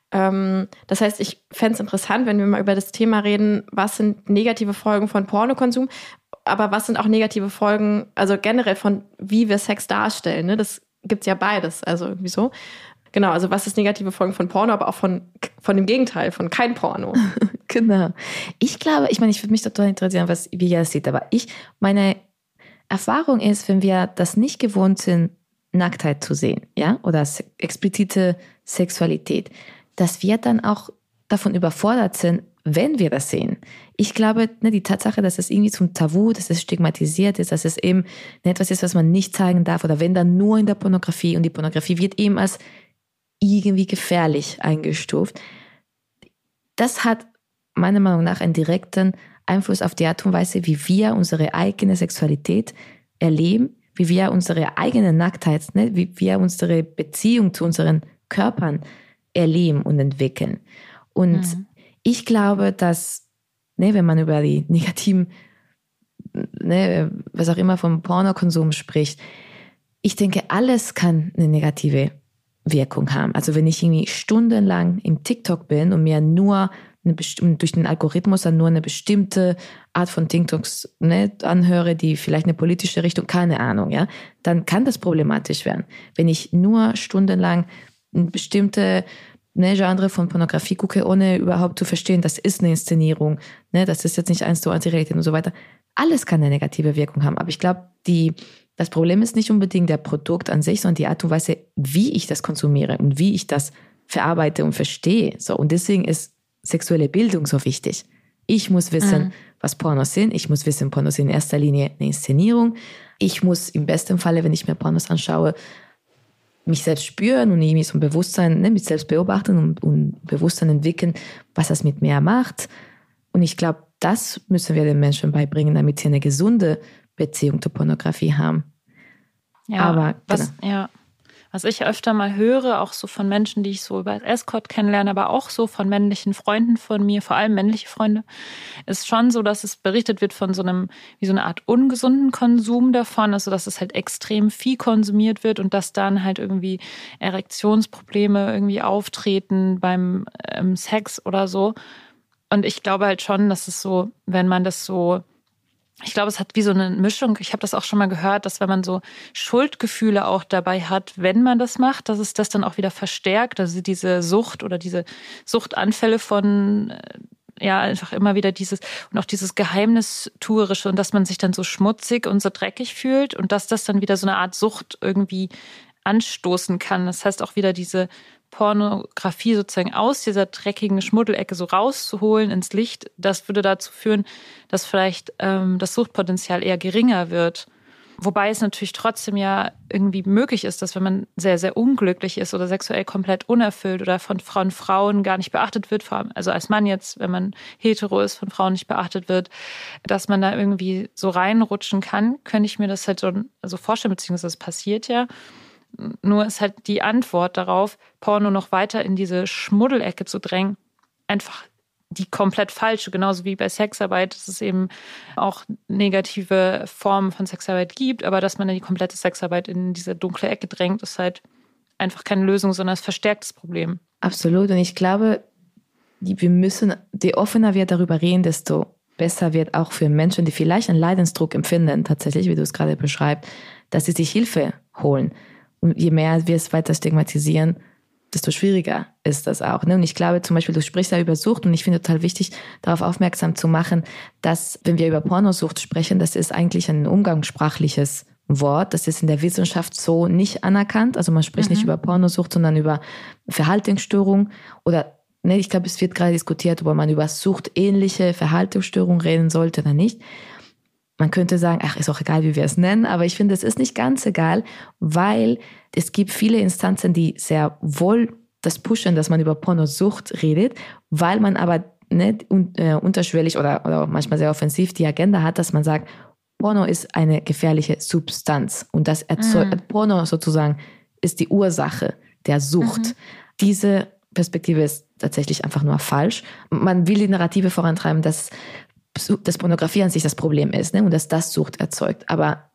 Das heißt, ich fände es interessant, wenn wir mal über das Thema reden, was sind negative Folgen von Pornokonsum, aber was sind auch negative Folgen, also generell von wie wir Sex darstellen, ne? Das gibt's ja beides, also irgendwie so. Genau, also was ist negative Folgen von Porno, aber auch von dem Gegenteil, von kein Porno. Genau. Ich glaube, ich würde mich total interessieren, wie ihr das seht, aber meine Erfahrung ist, wenn wir das nicht gewohnt sind, Nacktheit zu sehen, ja, oder explizite Sexualität, dass wir dann auch davon überfordert sind, wenn wir das sehen. Ich glaube, die Tatsache, dass es irgendwie zum Tabu, dass es stigmatisiert ist, dass es eben etwas ist, was man nicht zeigen darf, oder wenn dann nur in der Pornografie, und die Pornografie wird eben als irgendwie gefährlich eingestuft. Das hat meiner Meinung nach einen direkten Einfluss auf die Art und Weise, wie wir unsere eigene Sexualität erleben, wie wir unsere eigene Nacktheit, wie wir unsere Beziehung zu unseren Körpern erleben und entwickeln. Und ich glaube, dass, wenn man über die negativen, was auch immer vom Pornokonsum spricht, ich denke, alles kann eine negative Wirkung haben. Also wenn ich irgendwie stundenlang im TikTok bin und mir nur durch den Algorithmus dann nur eine bestimmte Art von TikToks anhöre, die vielleicht eine politische Richtung, keine Ahnung, ja, dann kann das problematisch werden. Wenn ich nur stundenlang eine bestimmte Genre von Pornografie gucke, ohne überhaupt zu verstehen, das ist eine Inszenierung, das ist jetzt nicht 1:1 die Realität und so weiter. Alles kann eine negative Wirkung haben. Aber ich glaube, das Problem ist nicht unbedingt der Produkt an sich, sondern die Art und Weise, wie ich das konsumiere und wie ich das verarbeite und verstehe. So, und deswegen ist sexuelle Bildung so wichtig. Ich muss wissen, was Pornos sind. Ich muss wissen, Pornos sind in erster Linie eine Inszenierung. Ich muss im besten Falle, wenn ich mir Pornos anschaue, mich selbst spüren und irgendwie so ein Bewusstsein, mich selbst beobachten und Bewusstsein entwickeln, was das mit mir macht. Und ich glaube, das müssen wir den Menschen beibringen, damit sie eine gesunde Beziehung zur Pornografie haben. Ja, aber was ich öfter mal höre, auch so von Menschen, die ich so über Escort kennenlerne, aber auch so von männlichen Freunden von mir, vor allem männliche Freunde, ist schon so, dass es berichtet wird von so einem, wie so eine Art ungesunden Konsum davon, also dass es halt extrem viel konsumiert wird und dass dann halt irgendwie Erektionsprobleme irgendwie auftreten beim Sex oder so. Und ich glaube halt schon, dass es so, wenn man das so, ich glaube, es hat wie so eine Mischung. Ich habe das auch schon mal gehört, dass wenn man so Schuldgefühle auch dabei hat, wenn man das macht, dass es das dann auch wieder verstärkt. Also diese Sucht oder diese Suchtanfälle von, einfach immer wieder dieses und auch dieses Geheimnistuerische und dass man sich dann so schmutzig und so dreckig fühlt und dass das dann wieder so eine Art Sucht irgendwie anstoßen kann. Das heißt auch wieder diese Pornografie sozusagen aus dieser dreckigen Schmuddelecke so rauszuholen ins Licht, das würde dazu führen, dass vielleicht das Suchtpotenzial eher geringer wird. Wobei es natürlich trotzdem ja irgendwie möglich ist, dass wenn man sehr, sehr unglücklich ist oder sexuell komplett unerfüllt oder von Frauen gar nicht beachtet wird, vor allem, also als Mann jetzt, wenn man hetero ist, von Frauen nicht beachtet wird, dass man da irgendwie so reinrutschen kann, könnte ich mir das halt schon so vorstellen, beziehungsweise es passiert ja. Nur ist halt die Antwort darauf, Porno noch weiter in diese Schmuddelecke zu drängen, einfach die komplett falsche. Genauso wie bei Sexarbeit, dass es eben auch negative Formen von Sexarbeit gibt, aber dass man dann die komplette Sexarbeit in diese dunkle Ecke drängt, ist halt einfach keine Lösung, sondern es verstärkt das Problem. Absolut. Und ich glaube, je offener wir darüber reden, desto besser wird auch für Menschen, die vielleicht einen Leidensdruck empfinden, tatsächlich, wie du es gerade beschreibst, dass sie sich Hilfe holen. Und je mehr wir es weiter stigmatisieren, desto schwieriger ist das auch. Und ich glaube zum Beispiel, du sprichst ja über Sucht und ich finde total wichtig, darauf aufmerksam zu machen, dass, wenn wir über Pornosucht sprechen, das ist eigentlich ein umgangssprachliches Wort. Das ist in der Wissenschaft so nicht anerkannt. Also man spricht nicht über Pornosucht, sondern über Verhaltensstörung oder ich glaube, es wird gerade diskutiert, ob man über suchtähnliche Verhaltensstörungen reden sollte oder nicht. Man könnte sagen, ist auch egal, wie wir es nennen, aber ich finde, es ist nicht ganz egal, weil es gibt viele Instanzen, die sehr wohl das pushen, dass man über Pornosucht redet, weil man aber nicht unterschwellig oder manchmal sehr offensiv die Agenda hat, dass man sagt, Porno ist eine gefährliche Substanz und das Porno sozusagen ist die Ursache der Sucht. Diese Perspektive ist tatsächlich einfach nur falsch. Man will die Narrative vorantreiben, dass Pornografie an sich das Problem ist, und dass das Sucht erzeugt. Aber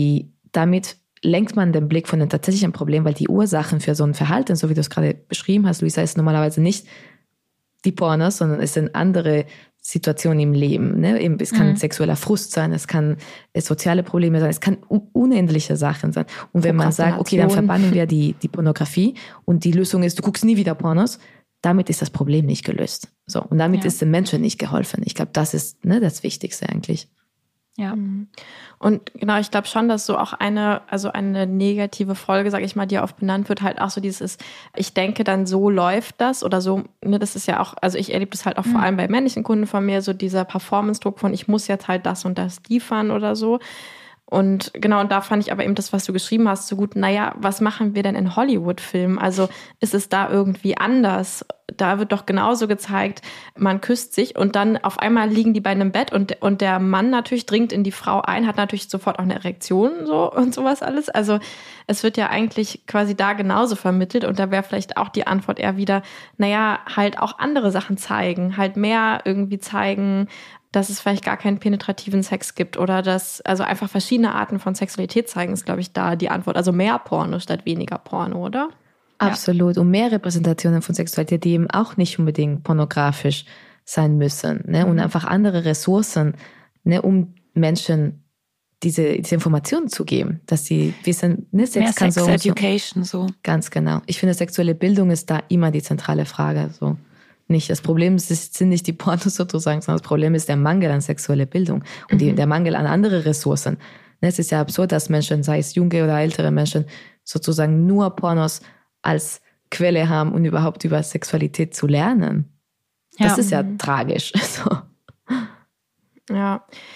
damit lenkt man den Blick von dem tatsächlichen Problem, weil die Ursachen für so ein Verhalten, so wie du es gerade beschrieben hast, Luisa, ist normalerweise nicht die Pornos, sondern es sind andere Situationen im Leben. Es kann sexueller Frust sein, es kann soziale Probleme sein, es kann unendliche Sachen sein. Und wenn man sagt, okay, dann verbannen wir die Pornografie und die Lösung ist, du guckst nie wieder Pornos, damit ist das Problem nicht gelöst. So, und damit ist den Menschen nicht geholfen. Ich glaube, das ist das Wichtigste eigentlich. Ja. Und genau, ich glaube schon, dass so auch eine negative Folge, sage ich mal, die oft benannt wird, halt auch so dieses, ich denke dann, so läuft das oder so, das ist ja auch, also ich erlebe das halt auch vor allem bei männlichen Kunden von mir, so dieser Performance-Druck von, ich muss jetzt halt das und das liefern oder so. Und genau, und da fand ich aber eben das, was du geschrieben hast, so gut, was machen wir denn in Hollywood-Filmen? Also ist es da irgendwie anders? Da wird doch genauso gezeigt, man küsst sich und dann auf einmal liegen die beiden im Bett und der Mann natürlich dringt in die Frau ein, hat natürlich sofort auch eine Erektion so und sowas alles. Also es wird ja eigentlich quasi da genauso vermittelt und da wäre vielleicht auch die Antwort eher wieder, halt auch andere Sachen zeigen, halt mehr irgendwie zeigen, dass es vielleicht gar keinen penetrativen Sex gibt oder also einfach verschiedene Arten von Sexualität zeigen, ist, glaube ich, da die Antwort. Also mehr Porno statt weniger Porno, oder? Absolut. Und mehr Repräsentationen von Sexualität, die eben auch nicht unbedingt pornografisch sein müssen. Und einfach andere Ressourcen, um Menschen diese Informationen zu geben, dass sie wissen, Sex mehr kann Sex Education so. Ganz genau. Ich finde, sexuelle Bildung ist da immer die zentrale Frage. So. Nicht. Das Problem sind nicht die Pornos sozusagen, sondern das Problem ist der Mangel an sexueller Bildung und der Mangel an andere Ressourcen. Es ist ja absurd, dass Menschen, sei es junge oder ältere Menschen, sozusagen nur Pornos als Quelle haben, um überhaupt über Sexualität zu lernen. Das ist ja tragisch. So. Ja.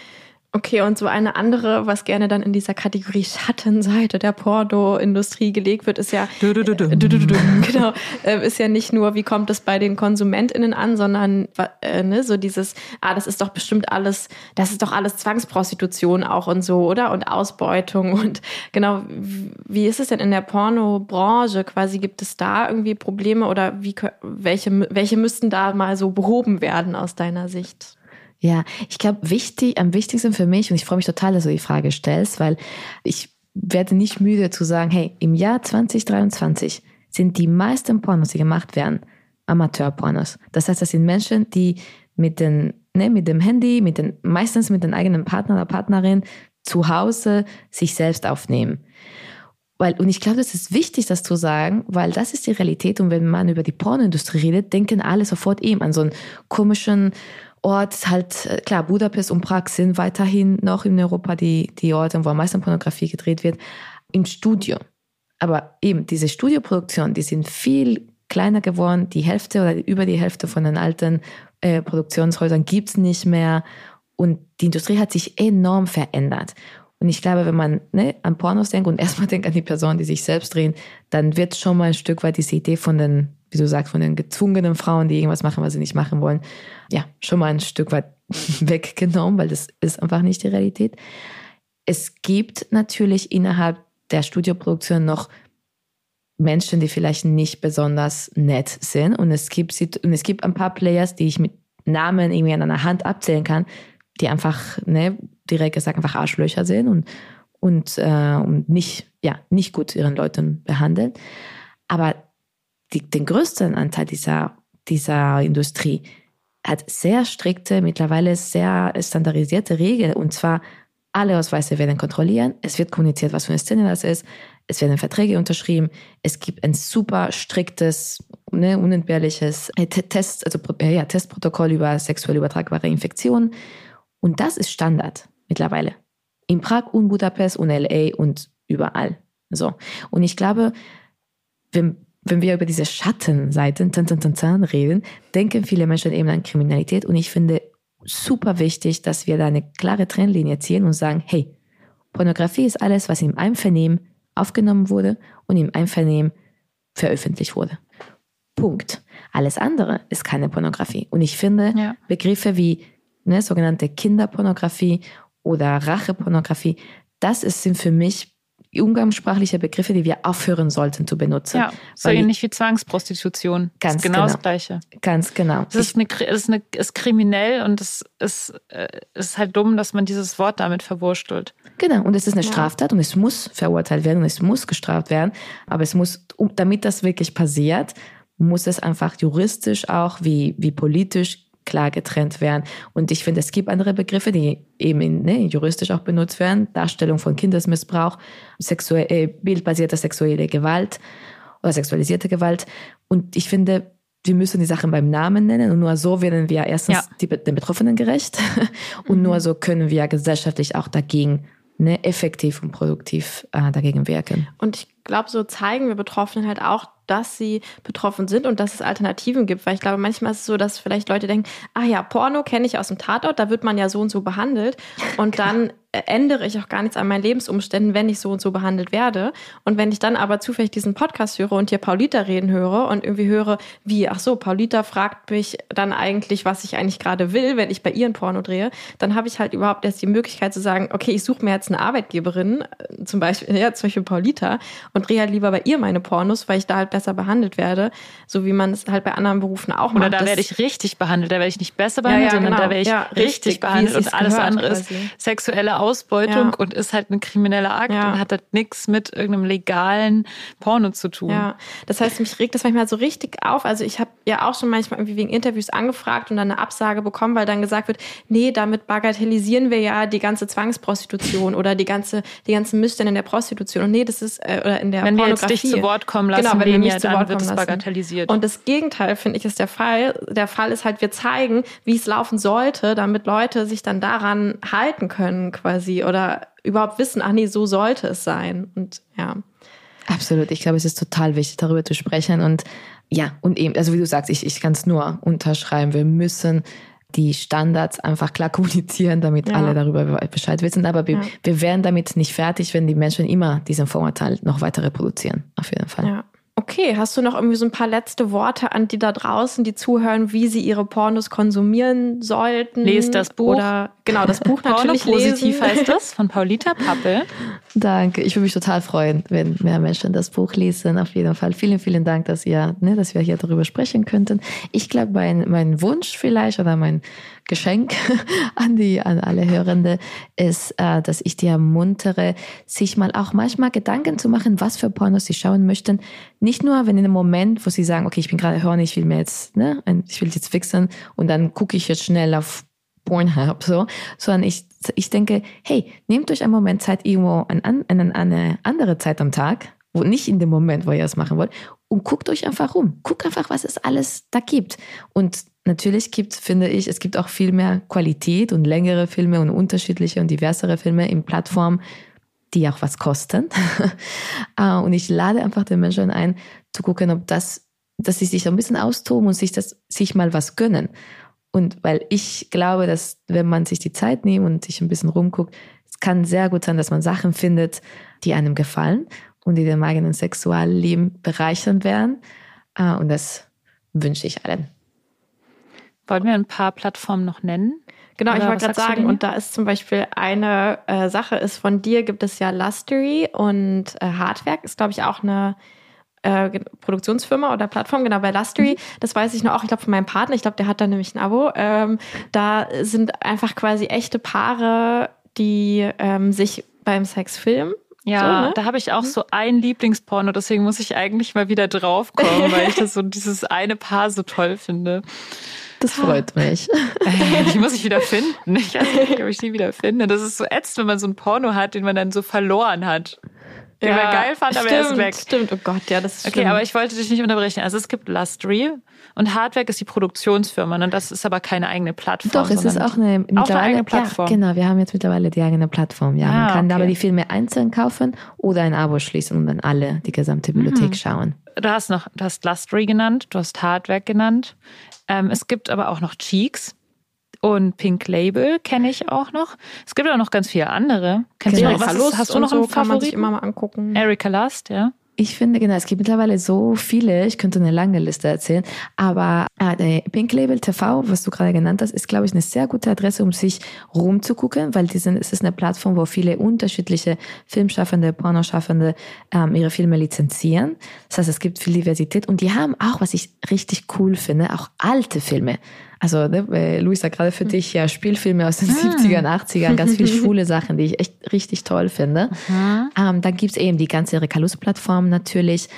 Okay, und so eine andere, was gerne dann in dieser Kategorie Schattenseite der Pornoindustrie gelegt wird, ist ja genau, ist ja nicht nur, wie kommt es bei den KonsumentInnen an, sondern so dieses, das ist doch bestimmt alles, das ist doch alles Zwangsprostitution auch und so, oder? Und Ausbeutung und genau, wie ist es denn in der Pornobranche quasi? Gibt es da irgendwie Probleme oder welche müssten da mal so behoben werden aus deiner Sicht? Ja, ich glaube, am wichtigsten für mich, und ich freue mich total, dass du die Frage stellst, weil ich werde nicht müde zu sagen, hey, im Jahr 2023 sind die meisten Pornos, die gemacht werden, Amateurpornos. Das heißt, das sind Menschen, die mit dem Handy, meistens mit dem eigenen Partner oder Partnerin zu Hause sich selbst aufnehmen. Und ich glaube, das ist wichtig, das zu sagen, weil das ist die Realität. Und wenn man über die Pornoindustrie redet, denken alle sofort eben an so einen komischen Ort, halt, klar, Budapest und Prag sind weiterhin noch in Europa die Orte, wo am meisten Pornografie gedreht wird, im Studio. Aber eben diese Studioproduktionen, die sind viel kleiner geworden. Die Hälfte oder über die Hälfte von den alten Produktionshäusern gibt's nicht mehr. Und die Industrie hat sich enorm verändert. Und ich glaube, wenn man an Pornos denkt und erstmal denkt an die Personen, die sich selbst drehen, dann wird schon mal ein Stück weit diese Idee von den, wie du sagst, von den gezwungenen Frauen, die irgendwas machen, was sie nicht machen wollen, ja, schon mal ein Stück weit weggenommen, weil das ist einfach nicht die Realität. Es gibt natürlich innerhalb der Studioproduktion noch Menschen, die vielleicht nicht besonders nett sind. Und es gibt ein paar Players, die ich mit Namen irgendwie an einer Hand abzählen kann, die einfach, direkt gesagt, einfach Arschlöcher sind und nicht gut ihren Leuten behandeln. Aber den größten Anteil dieser Industrie hat sehr strikte, mittlerweile sehr standardisierte Regeln. Und zwar, alle Ausweise werden kontrolliert. Es wird kommuniziert, was für eine Szene das ist. Es werden Verträge unterschrieben. Es gibt ein super striktes, unentbehrliches Testprotokoll über sexuell übertragbare Infektionen. Und das ist Standard mittlerweile. In Prag und Budapest und LA und überall. So. Und ich glaube, wenn wir über diese Schattenseiten reden, denken viele Menschen eben an Kriminalität. Und ich finde super wichtig, dass wir da eine klare Trennlinie ziehen und sagen, hey, Pornografie ist alles, was im Einvernehmen aufgenommen wurde und im Einvernehmen veröffentlicht wurde. Punkt. Alles andere ist keine Pornografie. Und ich finde, Begriffe wie sogenannte Kinderpornografie oder Rachepornografie, sind für mich umgangssprachliche Begriffe, die wir aufhören sollten zu benutzen. Ja, so ähnlich wie Zwangsprostitution. Ganz das ist genau das Gleiche. Ganz genau. Es ist kriminell und es ist halt dumm, dass man dieses Wort damit verwurstelt. Genau, und es ist eine Straftat und es muss verurteilt werden und es muss gestraft werden. Aber es muss, damit das wirklich passiert, muss es einfach juristisch auch wie politisch klar getrennt werden. Und ich finde, es gibt andere Begriffe, die eben juristisch auch benutzt werden. Darstellung von Kindesmissbrauch, bildbasierte sexuelle Gewalt oder sexualisierte Gewalt. Und ich finde, wir müssen die Sachen beim Namen nennen und nur so werden wir erstens den Betroffenen gerecht und nur so können wir gesellschaftlich auch dagegen effektiv und produktiv dagegen wirken. Und ich glaube, so zeigen wir Betroffenen halt auch, dass sie betroffen sind und dass es Alternativen gibt. Weil ich glaube, manchmal ist es so, dass vielleicht Leute denken, Porno kenne ich aus dem Tatort, da wird man ja so und so behandelt. Und dann ändere ich auch gar nichts an meinen Lebensumständen, wenn ich so und so behandelt werde. Und wenn ich dann aber zufällig diesen Podcast höre und hier Paulita reden höre und irgendwie höre, Paulita fragt mich dann eigentlich, was ich eigentlich gerade will, wenn ich bei ihr ein Porno drehe, dann habe ich halt überhaupt erst die Möglichkeit zu sagen, okay, ich suche mir jetzt eine Arbeitgeberin, zum Beispiel Paulita, und drehe halt lieber bei ihr meine Pornos, weil ich da halt besser behandelt werde, so wie man es halt bei anderen Berufen auch macht. Oder da werde ich richtig behandelt, da werde ich nicht besser behandelt, sondern da werde ich richtig behandelt und alles andere ist sexuelle Ausbeutung und ist halt ein krimineller Akt und hat halt nichts mit irgendeinem legalen Porno zu tun. Ja, das heißt, mich regt das manchmal so richtig auf. Also ich habe ja auch schon manchmal irgendwie wegen Interviews angefragt und dann eine Absage bekommen, weil dann gesagt wird, nee, damit bagatellisieren wir ja die ganze Zwangsprostitution oder die ganzen Missstände in der Prostitution. Und nee, das ist oder in der wenn Pornografie. Wenn wir jetzt dich zu Wort kommen lassen, wenn wir mich zu Wort dann wird es kommen bagatellisiert. Und das Gegenteil, finde ich, ist der Fall. Der Fall ist halt, wir zeigen, wie es laufen sollte, damit Leute sich dann daran halten können quasi oder überhaupt wissen, so sollte es sein. Und ja. Absolut. Ich glaube, es ist total wichtig, darüber zu sprechen. Und ja, und eben, also wie du sagst, ich kann es nur unterschreiben. Wir müssen die Standards einfach klar kommunizieren, damit alle darüber Bescheid wissen. Aber wir werden damit nicht fertig, wenn die Menschen immer diesen Vorurteil noch weiter reproduzieren. Auf jeden Fall. Ja. Okay, hast du noch irgendwie so ein paar letzte Worte an die da draußen, die zuhören, wie sie ihre Pornos konsumieren sollten? Lest das Buch. Oder, genau, das Buch natürlich Pornopositiv lesen. heißt das, von Paulita Pappel. Danke, ich würde mich total freuen, wenn mehr Menschen das Buch lesen. Auf jeden Fall. Vielen, vielen Dank, dass wir hier darüber sprechen könnten. Ich glaube, mein Wunsch vielleicht oder mein Geschenk an alle Hörende ist, dass ich die ermuntere, sich mal auch manchmal Gedanken zu machen, was für Pornos sie schauen möchten. Nicht nur, wenn in einem Moment, wo sie sagen, okay, ich bin gerade horny, ich will jetzt fixen und dann gucke ich jetzt schnell auf Pornhub, sondern ich denke, hey, nehmt euch einen Moment Zeit irgendwo eine andere Zeit am Tag, wo nicht in dem Moment, wo ihr das machen wollt, und guckt euch einfach rum. Guckt einfach, was es alles da gibt. Und natürlich finde ich, es gibt auch viel mehr Qualität und längere Filme und unterschiedliche und diversere Filme in Plattformen, die auch was kosten. Und ich lade einfach den Menschen ein, zu gucken, dass sie sich ein bisschen austoben und sich mal was gönnen. Und weil ich glaube, dass wenn man sich die Zeit nimmt und sich ein bisschen rumguckt, es kann sehr gut sein, dass man Sachen findet, die einem gefallen und die dem eigenen Sexualleben bereichern werden. Und das wünsche ich allen. Wollen wir ein paar Plattformen noch nennen? Genau, ich wollte gerade sagen, und da ist zum Beispiel eine Sache, ist von dir gibt es ja Lustery und Hardwerk, ist glaube ich auch eine Produktionsfirma oder Plattform, genau, bei Lustery, das weiß ich noch auch, ich glaube von meinem Partner, ich glaube, der hat da nämlich ein Abo, da sind einfach quasi echte Paare, die sich beim Sex filmen. Ja, so, ne? Da habe ich auch so ein Lieblingsporno, deswegen muss ich eigentlich mal wieder draufkommen, weil ich dieses eine Paar so toll finde. Das freut mich. Die muss ich wieder finden. Ich weiß nicht, ob ich die wieder finde. Das ist so ätzend, wenn man so ein Porno hat, den man dann so verloren hat. Den man geil fand, aber er ist weg. Stimmt, oh Gott, ja, das ist okay, aber ich wollte dich nicht unterbrechen. Also es gibt Lustery und Hardwerk ist die Produktionsfirma. Und das ist aber keine eigene Plattform. Doch, es ist auch eine eigene Plattform. Ja, genau, wir haben jetzt mittlerweile die eigene Plattform. Ja, man kann aber die Filme einzeln kaufen oder ein Abo schließen und dann alle die gesamte Bibliothek schauen. Du hast Lustery genannt, du hast Hardwerk genannt. Es gibt aber auch noch Cheeks. Und Pink Label kenne ich auch noch. Es gibt auch noch ganz viele andere. Hast du noch einen Favorit? Kann man sich immer mal angucken. Erika Lust, ja. Ich finde, genau, es gibt mittlerweile so viele, ich könnte eine lange Liste erzählen, aber Pink Label TV, was du gerade genannt hast, ist, glaube ich, eine sehr gute Adresse, um sich rumzugucken, weil es ist eine Plattform, wo viele unterschiedliche Filmschaffende, Pornoschaffende ihre Filme lizenzieren. Das heißt, es gibt viel Diversität und die haben auch, was ich richtig cool finde, auch alte Filme. Also, Luisa, gerade für dich ja Spielfilme aus den 70ern, 80ern, ganz viele schwule Sachen, die ich echt richtig toll finde. Dann gibt's eben die ganze Erika Lust-Plattform natürlich.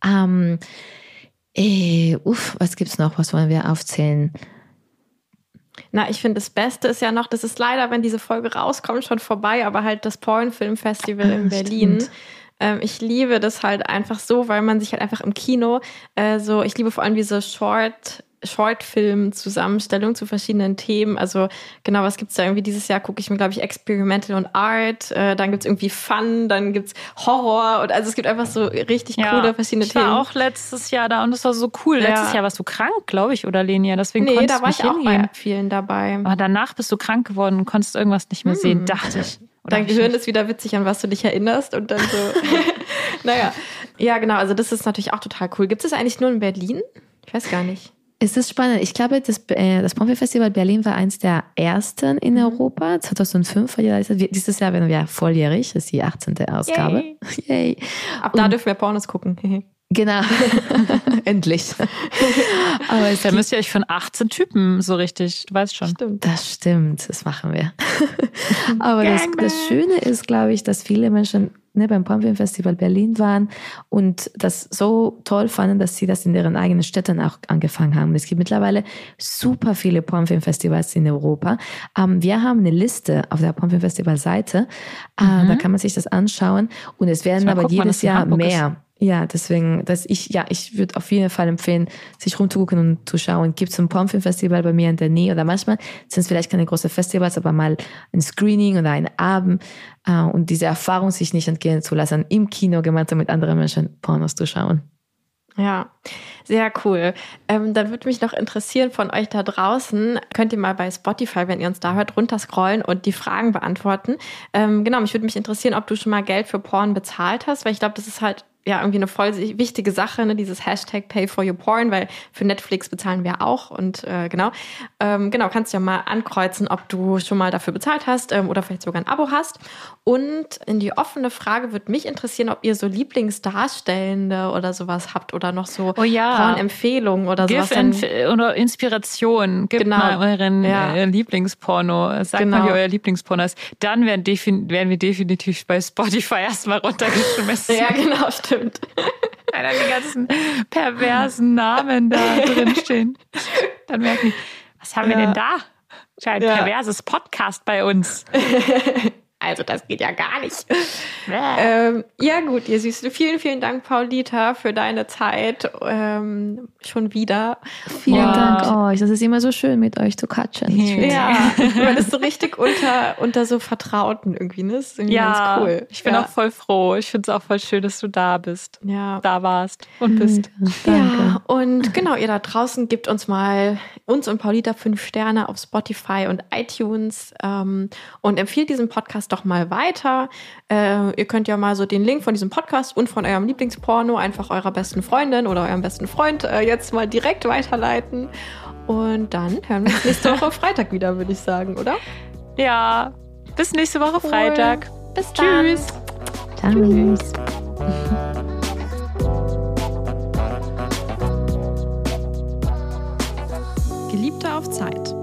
Was gibt's noch? Was wollen wir aufzählen? Na, ich finde, das Beste ist ja noch, das ist leider, wenn diese Folge rauskommt, schon vorbei, aber halt das Pornfilmfestival in Berlin. Ich liebe das halt einfach so, weil man sich halt einfach im Kino ich liebe vor allem diese Shortfilm-Zusammenstellung zu verschiedenen Themen. Also genau, was gibt's da irgendwie dieses Jahr? Gucke ich mir, glaube ich, Experimental und Art. Dann gibt's irgendwie Fun, dann gibt's Horror. Und also es gibt einfach so richtig coole verschiedene Themen. Ich war auch letztes Jahr da und das war so cool. Ja. Letztes Jahr warst du krank, glaube ich, oder Lenia? Deswegen konntest da war ich ich auch bei vielen dabei. Aber danach bist du krank geworden und konntest irgendwas nicht mehr sehen, dachte ich. Dein Gehirn ist wieder witzig, an was du dich erinnerst und dann so. Naja. Ja, genau. Also das ist natürlich auch total cool. Gibt es das eigentlich nur in Berlin? Ich weiß gar nicht. Es ist spannend. Ich glaube, das Pornfilmfestival Berlin war eins der ersten in Europa. 2005 war dieses Jahr werden wir volljährig. Das ist die 18. Ausgabe. Yay. Ab da dürfen wir Pornos gucken. Genau. Endlich. Aber da müsst ihr euch von 18 Typen so richtig, du weißt schon. Stimmt. Das stimmt, das machen wir. Aber das Schöne ist, glaube ich, dass viele Menschen beim Pornfilmfestival Berlin waren und das so toll fanden, dass sie das in ihren eigenen Städten auch angefangen haben. Es gibt mittlerweile super viele Pornfilmfestivals in Europa. Wir haben eine Liste auf der Pornfilmfestival-Seite. Da kann man sich das anschauen und es werden aber jedes Jahr mehr. Ja, deswegen, ich würde auf jeden Fall empfehlen, sich rumzugucken und zu schauen, gibt es ein Pornfilmfestival bei mir in der Nähe oder manchmal sind es vielleicht keine großen Festivals, aber mal ein Screening oder ein Abend und diese Erfahrung sich nicht entgehen zu lassen, im Kino gemeinsam mit anderen Menschen Pornos zu schauen. Ja, sehr cool. Dann würde mich noch interessieren von euch da draußen, könnt ihr mal bei Spotify, wenn ihr uns da hört, runterscrollen und die Fragen beantworten. Genau, mich würde mich interessieren, ob du schon mal Geld für Porn bezahlt hast, weil ich glaube, das ist halt ja irgendwie eine voll wichtige Sache, ne, dieses Hashtag Pay for your Porn, weil für Netflix bezahlen wir auch und genau, kannst du ja mal ankreuzen, ob du schon mal dafür bezahlt hast oder vielleicht sogar ein Abo hast. Und in die offene Frage würde mich interessieren, ob ihr so Lieblingsdarstellende oder sowas habt oder noch so Porn-Empfehlungen oder sowas. Oder Inspiration. Gebt mal euren Lieblingsporno. Sagt mal, wie euer Lieblingsporno ist. Dann werden wir definitiv bei Spotify erstmal runtergeschmissen. Ja, genau, stimmt. Weil dann die ganzen perversen Namen da drin stehen. Dann merken die, was haben wir denn da? Für ein perverses Podcast bei uns. Also das geht ja gar nicht. Ja gut, ihr Süßen. Vielen, vielen Dank, Paulita, für deine Zeit. Schon wieder. Vielen Dank euch. Das ist immer so schön, mit euch zu quatschen. Ja, man ist so richtig unter so Vertrauten irgendwie. Ne? Das ist irgendwie ganz cool. Ich bin auch voll froh. Ich finde es auch voll schön, dass du da bist. Ja. Da warst und bist. Danke. Ja, und genau, ihr da draußen gebt uns und Paulita 5 Sterne auf Spotify und iTunes und empfiehlt diesen Podcast doch mal weiter. Ihr könnt ja mal so den Link von diesem Podcast und von eurem Lieblingsporno einfach eurer besten Freundin oder eurem besten Freund jetzt mal direkt weiterleiten. Und dann hören wir uns nächste Woche Freitag wieder, würde ich sagen, oder? Ja, bis nächste Woche Freitag. Bis dann. Tschüss. Tschüss. Geliebte auf Zeit.